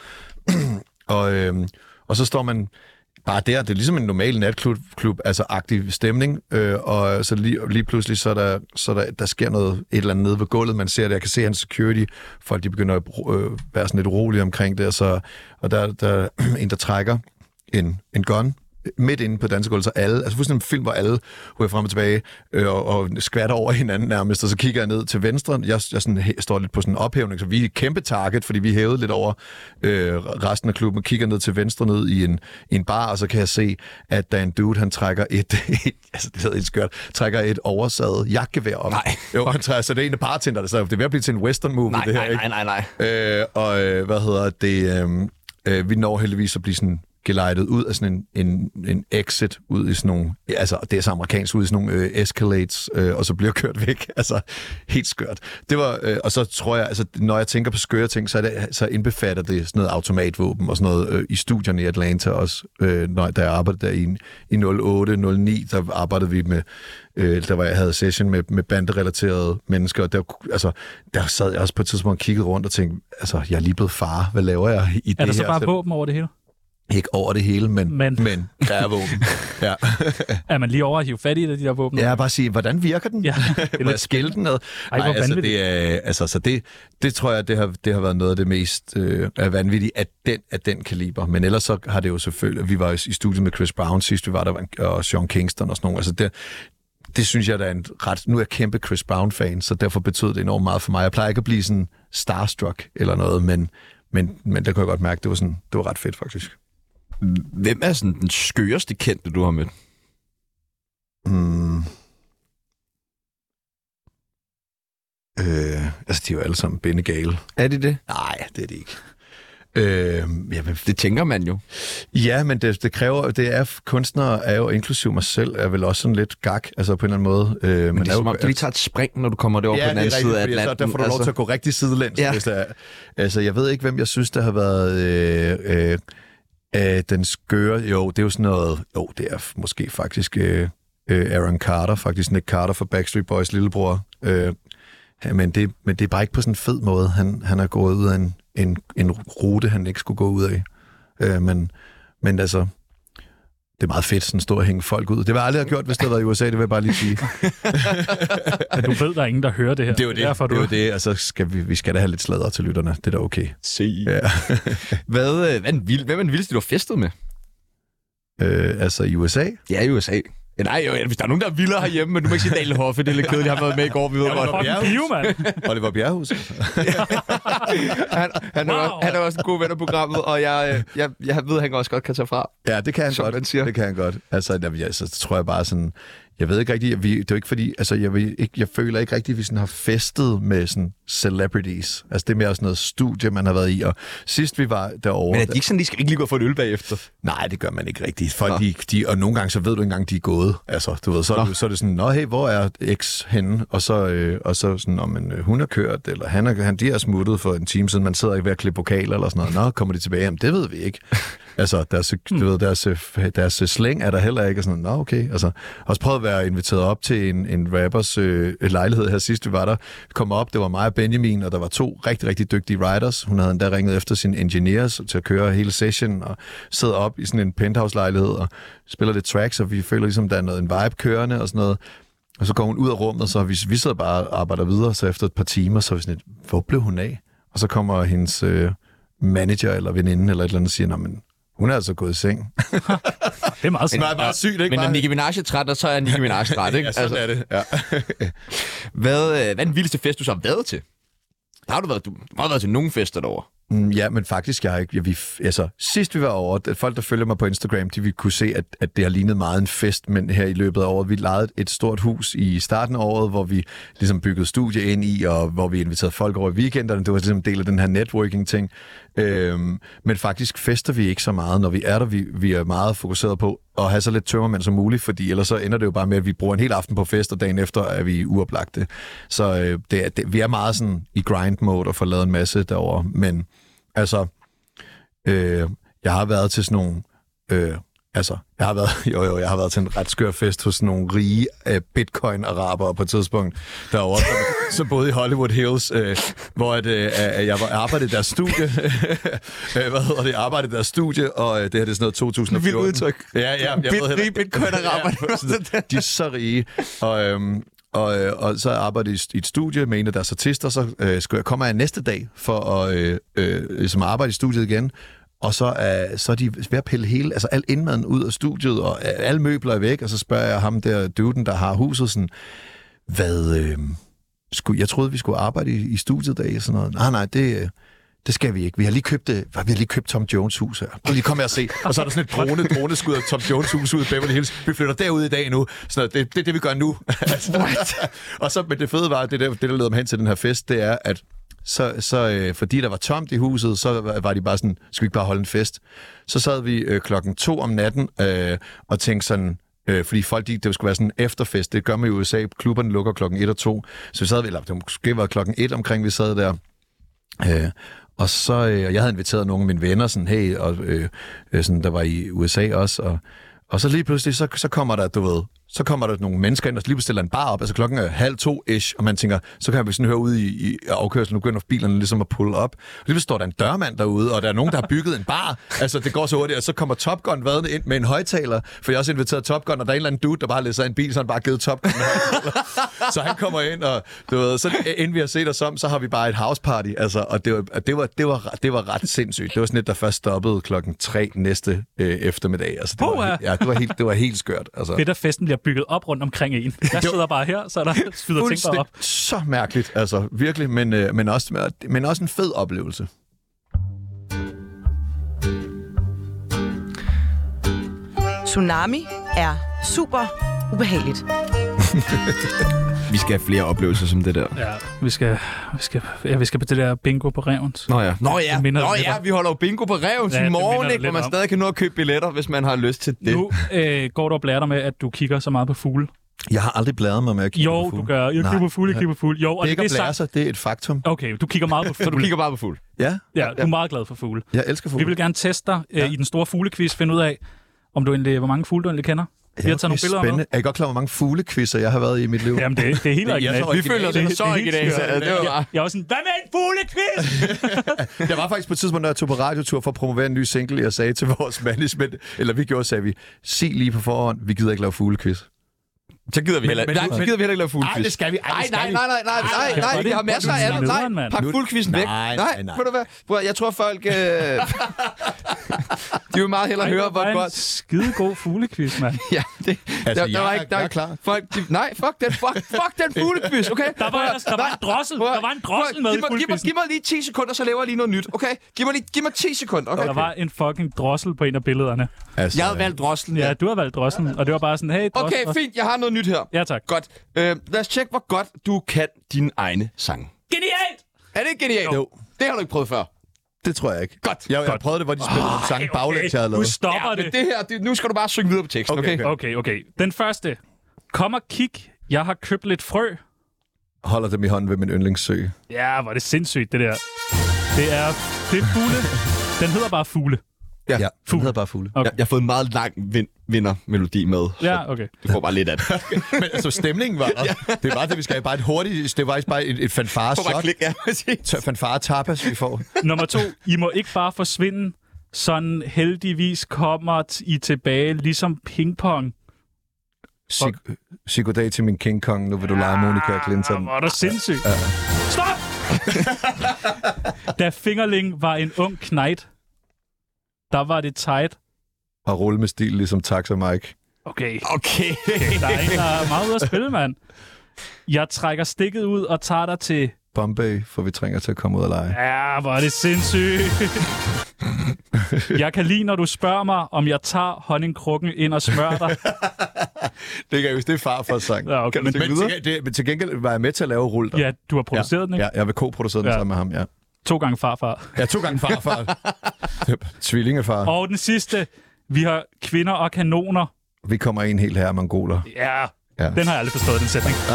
Og, øhm, og så står man bare der, det er ligesom en normal natklub, klub, altså aktiv stemning, øh, og så lige, lige pludselig, så, der, så der, der sker noget, et eller andet nede ved gulvet, man ser det, jeg kan se hans security, folk de begynder at øh, være sådan lidt urolige omkring det, og, så, og der, der er en, der trækker en, en gun, midt inde på dansegulvet, så alle, altså fuldstændig en film, hvor alle ryger frem og tilbage øh, og, og skvatter over hinanden nærmest, og så kigger jeg ned til venstre. Jeg, jeg sådan, jeg står lidt på sådan en ophævning, så vi er et kæmpe target, fordi vi hævede lidt over øh, resten af klubben, og kigger ned til venstre ned i en, i en bar, og så kan jeg se, at der er en dude, han trækker et, et altså det hedder et skørt, trækker et oversaget jagtgevær op. Nej. Jo, han trækker, så det er en af bartender, så det er ved at blive til en western movie, Nej, det her, nej, ikke? nej, nej, nej. Øh, og øh, hvad hedder det? Øh, øh, vi når heldigvis at blive sådan gelejtet ud af sådan en, en, en exit ud i sådan nogle, altså det er så amerikansk, ud i sådan nogle øh, escalates, øh, og så bliver kørt væk. Altså helt skørt. Det var, øh, og så tror jeg, altså når jeg tænker på skøre ting, så, er det, så indbefatter det sådan noget automatvåben og sådan noget øh, i studierne i Atlanta også. Øh, når, da jeg arbejdede der i, i nul otte nul ni, der arbejdede vi med, øh, der var jeg havde session med, med banderelaterede mennesker, og der, altså, der sad jeg også på et tidspunkt og kiggede rundt og tænkte, altså jeg er lige blevet far, hvad laver jeg i det her? Er der så bare våben over det hele? Ikke over det hele, men, men. men der er våben. Ja. Er man lige over at hive fat i det, de der våben? Ja, bare sige, hvordan virker den? Ja, Må jeg skille den ad? Ej, Nej, altså, det, er, altså, så det, det tror jeg, det har, det har været noget af det mest øh, vanvittige af den, af den kaliber. Men ellers så har det jo selvfølgelig... Vi var i studiet med Chris Brown sidst, vi var der, og Sean Kingston og sådan nogle. Altså det, det synes jeg, der er en ret... Nu er jeg kæmpe Chris Brown-fan, så derfor betød det enormt meget for mig. Jeg plejer ikke at blive sådan starstruck eller noget, men, men, men der kunne jeg godt mærke, det var, sådan, det var ret fedt faktisk. Hvem er sådan den skøreste kendte, du har mødt? Mm. Øh, altså, de er jo alle sammen bindegale. Er de det? Nej, det er det ikke. Øh, jamen, det tænker man jo. Ja, men det, det kræver, det er, kunstnere er jo, inklusiv mig selv, er vel også sådan lidt gak, altså på en eller anden måde. Øh, men det er som om, du lige tager et spring, når du kommer derover ja, på den anden side af Atlanten. Ja, der får du altså... lov til at gå rigtig sidelæns. Ja. Hvis der er, altså, jeg ved ikke, hvem jeg synes, der har været... Øh, øh, Øh, den skøre, jo, det er jo sådan noget, jo, det er måske faktisk øh, Aaron Carter, faktisk Nick Carter fra Backstreet Boys lillebror. Øh, men, det, men det er bare ikke på sådan en fed måde. Han, han er gået ud af en, en, en rute, han ikke skulle gå ud af. Øh, men, men altså, det er meget fedt sådan at stå og hænge folk ud. Det vil jeg aldrig have gjort, hvis det havde været i U S A, det vil jeg bare lige sige. Men du ved, der er ingen, der hører det her. Det er jo det, Derfor, det, er du... jo det. Altså, skal vi, vi skal da have lidt sladder til lytterne. Det er da okay. Se. Ja. hvad, hvad er vild, hvem er den vildeste, du har festet med? Øh, altså i U S A? Ja, i U S A. Ja, nej, jo, hvis der er nogen, der er vildere herhjemme, men du må ikke sige Daniel Hoffe, det er lidt kedeligt, han har været med i går, vi ved godt. Oliver Bjerghus. Oliver Bjerghus. han, han, er wow. også, han er også en god ven af programmet, og jeg, jeg, jeg ved, at han også godt kan tage fra. Ja, det kan han som godt. Man siger. Det kan han godt. Altså, der, ja, så tror jeg bare sådan... Jeg ved ikke rigtigt, vi, det er jo ikke fordi, altså jeg, vil ikke, jeg føler ikke rigtigt, at vi sådan har festet med sådan celebrities. Altså det er mere sådan noget studie, man har været i, og sidst vi var derovre... Men er de ikke sådan, de skal ikke lige gå for et øl bagefter? Nej, det gør man ikke rigtigt. Folk, de, de, og nogle gange, så ved du ikke engang, de er gået. Altså, du ved, så, er det, så er det sådan, nå hey, hvor er X henne? Og så, øh, og så sådan, om en, hun er kørt, eller han er, han, de er smuttet for en time siden, man sidder ikke ved at klippe vokaler eller sådan noget. Nå, kommer de tilbage? Jamen, det ved vi ikke. Altså, deres, du ved, deres, deres slæng er der heller ikke. Og sådan, nå, okay. Altså, også prøvet at være inviteret op til en, en rappers øh, lejlighed her sidst, vi var der. Vi kom op, det var mig og Benjamin, og der var to rigtig, rigtig dygtige writers. Hun havde endda ringet efter sine engineers til at køre hele session, og sidder op i sådan en penthouse-lejlighed og spiller lidt tracks, og vi føler ligesom, der er noget, en vibe kørende og sådan noget. Og så går hun ud af rummet, så vi, vi sidder bare og arbejder videre, så efter et par timer, så er vi sådan lidt, hvor blev hun af? Og så kommer hendes øh, manager eller veninde eller et eller andet og siger, nå, men hun er altså gået i seng. Det er meget sygt. Det er meget sygt, ikke? Men når Nicki Minaj er træt, så er Nicki Minaj træt, ikke? Ja, sådan altså. Er det, ja. hvad, hvad er den vildeste fest, du så har været til? Der har du været, du har været til nogle fester derovre. Mm, ja, men faktisk, jeg har ikke... Jeg, vi, altså, sidst vi var over, folk, der følger mig på Instagram, de ville kunne se, at, at det har lignet meget en fest, men her i løbet af året, vi lejede et stort hus i starten af året, hvor vi ligesom byggede studie ind i, og hvor vi inviterede folk over i weekenderne. Det var ligesom en del af den her networking-ting. Øhm, men faktisk fester vi ikke så meget, når vi er der. Vi, vi er meget fokuseret på at have så lidt tømmermænd som muligt, fordi ellers så ender det jo bare med, at vi bruger en hel aften på fest, og dagen efter er vi uoplagte. Så øh, det, det, vi er meget sådan i grind-mode og får lavet en masse derovre, men altså, øh, jeg har været til sådan nogle, øh, altså, jeg har været, jo jo, jeg har været til en ret skør fest hos nogle rige øh, bitcoin-arabere på et tidspunkt derovre, som, som boede i Hollywood Hills, øh, hvor at, øh, jeg var arbejdede i deres studie, øh, hvad hedder det, jeg arbejdede i deres studie, og øh, det her det er sådan noget to tusind og fjorten. Vildt udtryk. Ja, ja. Jeg Bit, rige bitcoin-arabere. Ja, de er så rige, og... Øh, Og, og så arbejdede jeg i et studie med en af deres artister, så øh, skulle jeg komme af næste dag for at øh, øh, ligesom arbejde i studiet igen. Og så, øh, så er de ved at pille hele, altså al indmaden ud af studiet, og øh, alle møbler er væk, og så spørger jeg ham der duden, der har huset, sådan, hvad, øh, skulle, jeg troede, vi skulle arbejde i, i studiet dag, og sådan noget. Nej, nej, det... Øh, Det skal vi ikke. Vi har lige købt, det. Vi har lige købt Tom Jones hus her. Prøv lige komme her og se. Og så er der sådan et drone, droneskud af Tom Jones hus ud i Beverly Hills. Vi flytter derud i dag nu. Så det er det, det, vi gør nu. Og så, men det fede var, det der, det der leder mig hen til den her fest, det er, at så, så øh, fordi der var tomt i huset, så var de bare sådan, skal vi ikke bare holde en fest? Så sad vi øh, klokken to om natten øh, og tænkte sådan, Øh, fordi folk, de, det skulle være sådan en efterfest. Det gør man i U S A. Klubberne lukker klokken et og to. Så vi sad, eller det måske var klokken et omkring, vi sad der. Øh, og så, øh, jeg havde inviteret nogle af mine venner, sådan, hey, og, øh, sådan, der var i U S A også, og, og så lige pludselig, så, så kommer der, du ved, så kommer der nogle mennesker ind, og så lige bestiller en bar op, altså klokken er halv to-ish, og man tænker, så kan vi sådan høre ude i, i afkørslen, nu begynder bilerne ligesom at pulle op. Og lige står der en dørmand derude, og der er nogen, der har bygget en bar. Altså, det går så hurtigt, og så kommer Top Gun vadende ind med en højtaler, for jeg har også inviteret Top Gun, og der er en eller anden dude, der bare læser en bil, så han bare givet Top Gun en højtaler. Så han kommer ind, og du ved, så inden vi har set os om, så har vi bare et house party, altså, og det var, det var, det var, det var ret sindssygt. Det var sådan et, der først stoppede klokken tre næste øh, eftermiddag. Altså, det var, ja, det var helt, det var helt skørt. Altså. Fedt, at festen bliver bygget op rundt omkring en. Jeg sidder bare her, så er der skyder ting bare op. Så mærkeligt, altså virkelig, men, øh, men, også, men også en fed oplevelse. Tsunami er super ubehageligt. Vi skal have flere oplevelser som det der. Ja, vi skal, vi skal, ja, vi skal på det der bingo på Revens. Nå ja, Nå ja, minder, Nå ja vi holder jo bingo på Revens ja, i morgen, ikke, hvor man om. stadig kan nå at købe billetter, hvis man har lyst til det. Nu øh, går du og blærer dig med, at du kigger så meget på fugle. Jeg har aldrig blæret mig med at kigge jo, på fugle. Jo, du gør. Jeg kigger på fugle, jeg kigger på fugle. Jo, og det er ikke det, at blære sig, det er et faktum. Okay, du kigger meget på fugle. Så du kigger bare på fugle? Ja. Ja, du er meget glad for fugle. Jeg elsker fugle. Vi vil gerne teste dig øh, ja. i den store fuglequiz, finde ud af, om du egentlig, hvor mange fugle du egentlig kender. Vi har taget nogle billeder spændende. Er I godt klar, hvor mange fuglequizzer jeg har været i mit liv? Jamen, det, det er helt originalt. Vi føler det så originalt. Jeg er også sådan, hvad med en fuglequiz? Jeg var faktisk på et tidspunkt, når jeg tog på radiotur for at promovere en ny single, jeg sagde til vores management, eller vi gjorde, sagde vi, sig lige på forhånd, vi gider ikke lave fuglequiz. Så gider vi heller, men, nej, men, så gider vi heller ikke lave fuglequiz. Nej, det skal vi. Ej, nej, nej, nej, nej, nej, nej, nej, vi har masser af andet. Nej, pak fuglequizzen væk. Nej, nej, nej. Ved du hvad? Jeg tror folk... Øh... De vil meget hellere Ej, høre, det var hvor en godt... skide god fuglequiz, mand. Ja, det... Altså, der, der var jeg, ikke, der, jeg er klar. Folk, de, nej, fuck den, fuck, fuck den fuglequiz, okay? Der var, ellers, der var en drossel. Der var en drossel med giv i mig, giv, mig, fuglequizzen. giv mig lige ti sekunder, så laver jeg lige noget nyt, okay? Giv mig, lige, giv mig ti sekunder, okay? Der var en fucking drossel på en af billederne. Altså, Jeg havde valgt drosselen. Ja, du har valgt drosselen, og det var bare sådan, hey, drossel. Okay, fint, jeg har noget nyt her. Ja, tak. Godt. Øh, lad os tjekke, hvor godt du kan dine egne sange. Genialt! Er det ikke genialt? Jo. Det har du ikke prøvet før. Det tror jeg ikke. Godt. Jeg, jeg prøvede det, hvor de spillede oh, sang okay, baglæns, jeg havde Nu lavet. stopper Ja, det. men det her, det, nu skal du bare synge videre på teksten, okay? Okay, okay. Okay, okay. Den første. Kom og kig. Jeg har købt lidt frø. Holder dem i hånden ved min yndlingssø. Ja, hvor er det sindssygt, det der. Det er, det er fugle. Den hedder bare fugle. Ja, ja Fugle. den hedder bare fugle. Okay. Jeg, jeg har fået en meget lang vin- vindermelodi med. Ja, okay. Du får bare lidt af det. Men altså, stemningen var der. Ja. Det var det, vi skal have. Bare et hurtigt... Det var faktisk bare et, et fanfare Får bare shot. klik, ja, præcis. Fanfare tapas, vi får. Nummer to. I må ikke bare forsvinde. Sådan heldigvis kommer t- I tilbage, ligesom pingpong. Sig, sig goddag til min King Kong. Nu vil du lege Monica Clinton. Hvor er du sindssyg. Ja. Stop! Da Fingerling var en ung knejt, der var det tight. Og rulle med stil, ligesom Taxa Mike. Okay. Okay. Der er en, der er meget ude at spille, mand. Jeg trækker stikket ud og tager dig til... Bombay, for vi trænger til at komme ud og lege. Ja, hvor er det sindssygt. Jeg kan lide, når du spørger mig, om jeg tager honningkrukken ind og smører dig. Det kan jeg huske, det er farfars sang. Ja, okay. Men, Men, men, til, det, men til gengæld var jeg med til at lave rulle der. ja, du har produceret ja, den, ikke? Ja, jeg vil co-producere den Ja. sammen med ham, ja. To gange farfar. Ja, to gange farfar. Tvillingefar. Og den sidste. Vi har kvinder og kanoner. Vi kommer ind helt her, mongoler. Ja, Ja. den har jeg aldrig forstået, den sætning. Nej.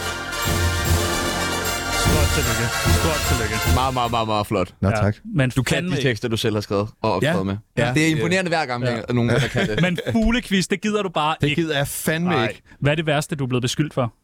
Stort tillykke. Stort tillykke. Meget, meget, meget, meget flot. Nå, tak. Men Du kan fandme de tekster, du selv har skrevet og opskrevet Ja. med. Ja. Det er imponerende hver gang, Ja. der er nogen, der kan det. ikke. Men fuglequiz, det gider du bare Det ikke. gider jeg fandme Nej. ikke. Hvad er det værste, du er blevet beskyldt for?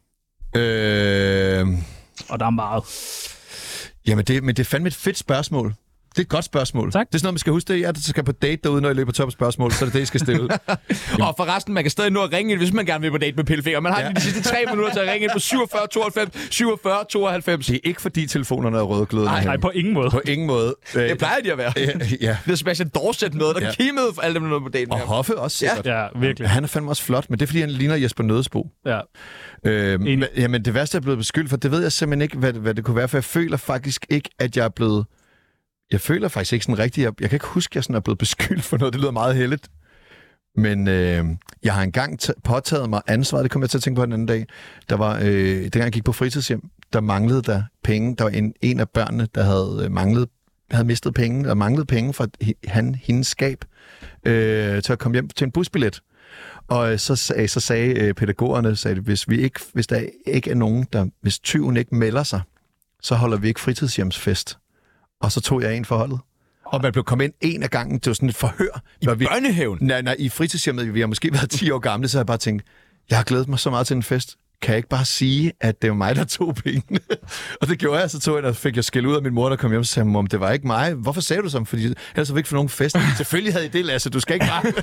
Øh, Og der er meget. jamen, det, men det er fandme et fedt spørgsmål. Det er et godt spørgsmål. Tak. Det er sådan noget, man skal huske det. Jeg skal på date derude, når jeg løber top spørgsmål, så er det det, I skal stille. Og forresten, man kan stadig nå at ringe ind, hvis man gerne vil på date med Pellefinger. Man har Ja. lige de sidste tre minutter til at ringe ind på syvogfyrre tooghalvfems syvogfyrre tooghalvfems. Det er ikke fordi telefonerne er rødglødende. Nej, nej, på ingen måde. På ingen måde. Øh, Det plejer de at være. ja. Det er Sebastian Dorset noget, der Ja. ja. kimmede for alle dem, der nåede på date med Og ham. Hoffe også sikkert. Ja, virkelig. Han er fandme også flot, men det er fordi, han ligner Jesper Nødesbo. Ja. Øhm, Enig. jamen, det værste, jeg er blevet beskyldt for, det ved jeg simpelthen ikke, hvad, hvad det kunne være, for jeg føler faktisk ikke, at jeg er blevet... Jeg føler faktisk ikke sådan rigtigt... Jeg, jeg kan ikke huske, at jeg sådan er blevet beskyldt for noget. Det lyder meget heldigt. Men øh, jeg har engang t- påtaget mig ansvaret. Det kom jeg til at tænke på den anden dag. Der var, øh, dengang jeg gik på fritidshjem, der manglede der penge. Der var en, en af børnene, der havde øh, manglet, havde mistet penge, og manglede penge fra han, hendes skab øh, til at komme hjem til en busbillet. Og så, sag, så sagde øh, pædagogerne, sagde, hvis, vi ikke, hvis der ikke er nogen, der, hvis tyven ikke melder sig, så holder vi ikke fritidshjemsfest. Og så tog jeg en for holdet. Og man blev kommet ind en af gangen. Det var sådan et forhør. I vi, børnehaven? Nej, nej, i fritidshjemmet. Vi har måske været ti år gamle, så har jeg bare tænkt, jeg har glædet mig så meget til en fest. Kan jeg ikke bare sige, at det var mig, der tog pengene? Og det gjorde jeg, så tog jeg, og fik jeg skæld ud af min mor, der kom hjem og sagde, mom, det var ikke mig. Hvorfor sagde du sådan? Fordi ellers havde vi ikke få nogen fest. Selvfølgelig havde I det, Lasse. Du skal ikke bare...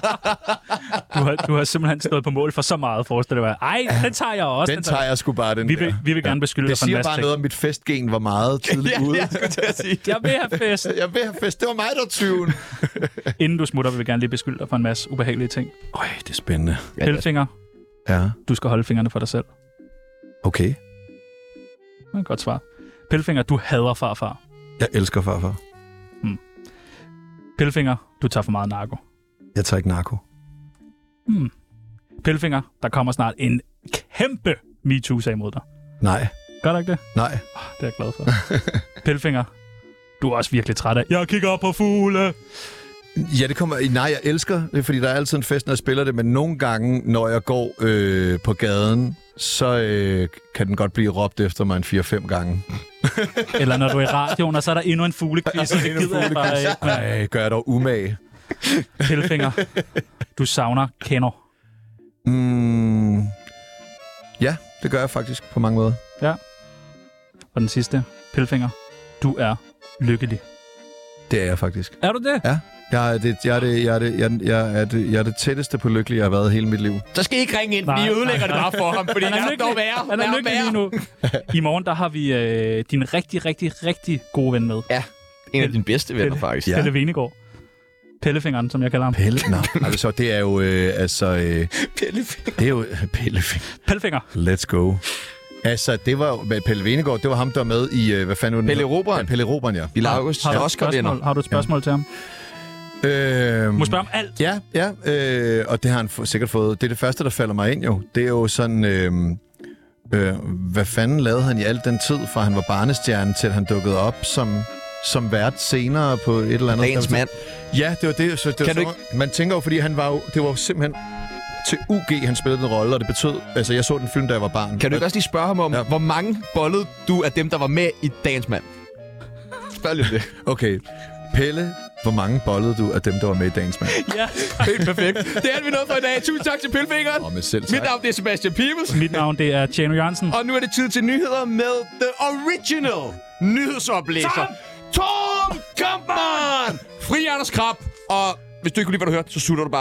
Du har, du har simpelthen stået på mål for så meget, forestiller jeg. Ej, den tager jeg også. Den tager jeg sgu bare, den Vi der. vil, vi vil gerne beskylde Det dig for en siger masse bare ting. noget om, mit festgen var meget tidligt ude. Ja, jeg skulle til at sige det. Jeg vil have fest. Jeg vil have fest. Det var mig, der var tyven. Inden du smutter, vil vi gerne lige beskylde dig for en masse ubehagelige ting. Øj, det er spændende. Pellefinger, Ja, du skal holde fingrene for dig selv. okay. Det er et godt svar. Pellefinger, du hader farfar. Jeg elsker farfar. Pellefinger, du tager for meget narko. Jeg tager ikke narko. Hmm. Pellefinger, der kommer snart en kæmpe MeToo-sag mod dig. Nej, Gør du ikke det? nej. Det er jeg glad for. Pellefinger, du er også virkelig træt af. Jeg kigger op på fugle. Ja, det kommer... Nej, jeg elsker det, fordi der er altid en fest, når jeg spiller det, men nogle gange, når jeg går øh, på gaden, så øh, kan den godt blive råbt efter mig en fire fem gange. Eller når du er i radioen, og så er der endnu en fuglequiz, og det gider jeg bare ikke. Men Ej, gør jeg dog umage. Pellefinger, du savner kender. Mm, ja, det gør jeg faktisk på mange måder. Og den sidste, Pellefinger, du er lykkelig. Det er jeg faktisk. Er du det? Ja. Jeg er det, jeg er det, jeg er det, jeg, jeg er det, jeg er det tætteste på lykkelig, jeg har været hele mit liv. Så skal I ikke ringe ind, Nej, fordi I ødelægger nej, det bare for ham. Fordi Han er lad ham lykkelig. dog være. Han Lad er ham lykkelig være. lige nu. I morgen, der har vi øh, din rigtig, rigtig, rigtig gode ven med. Ja, en af dine bedste venner, Pelle- faktisk. Ja. Pelle Venegård. Pellefingeren, som jeg kalder ham. Pelle? Nå, altså, det er jo, øh, altså... Øh, Pellefinger. det er jo... Pellefinger. Pellefinger. Let's go. Altså, det var jo... med Pelle Venegård, det var ham, der var med i... Øh, hvad fanden var den? Pelle Roberen. Ja, Pelle Roberen, ja. Bille August. Har du, et Oscar-vinder. spørgsmål? Har du et spørgsmål ja. til ham? Øh, Må spørge om alt. Ja, ja. Øh, og det har han f- sikkert fået. Det er det første, der falder mig ind, jo. Det er jo sådan... Øh, øh, hvad fanden lavede han i al den tid, fra han var barnestjerne, til han dukkede op som... som vært senere på et eller andet... Dagens mand. Ja, det var det. Så det Kan var du så, ikke... Man tænker jo, fordi han var jo... Det var jo simpelthen til U G, han spillede den rolle, og det betød... Altså, jeg så den film, da jeg var barn. Kan du ikke også lige spørge ham om, ja. hvor mange bollede du af dem, der var med i Dagens Mand? Spørg lidt det. Okay. Pelle, hvor mange bollede du af dem, der var med i Dagens Mand? Ja. Helt perfekt. Det er vi nået for i dag. Tusind tak til Pillefingeren. Og med selv tak. Mit navn det er Sebastian Peebles. Mit navn det er Tjano Jørgensen. Og nu er det tid til nyheder med The Original nyhedsoplæser. Tom Kampmann! Fri Anders Krab. Og hvis du ikke kunne lide, hvad du hørte, så sutter du bare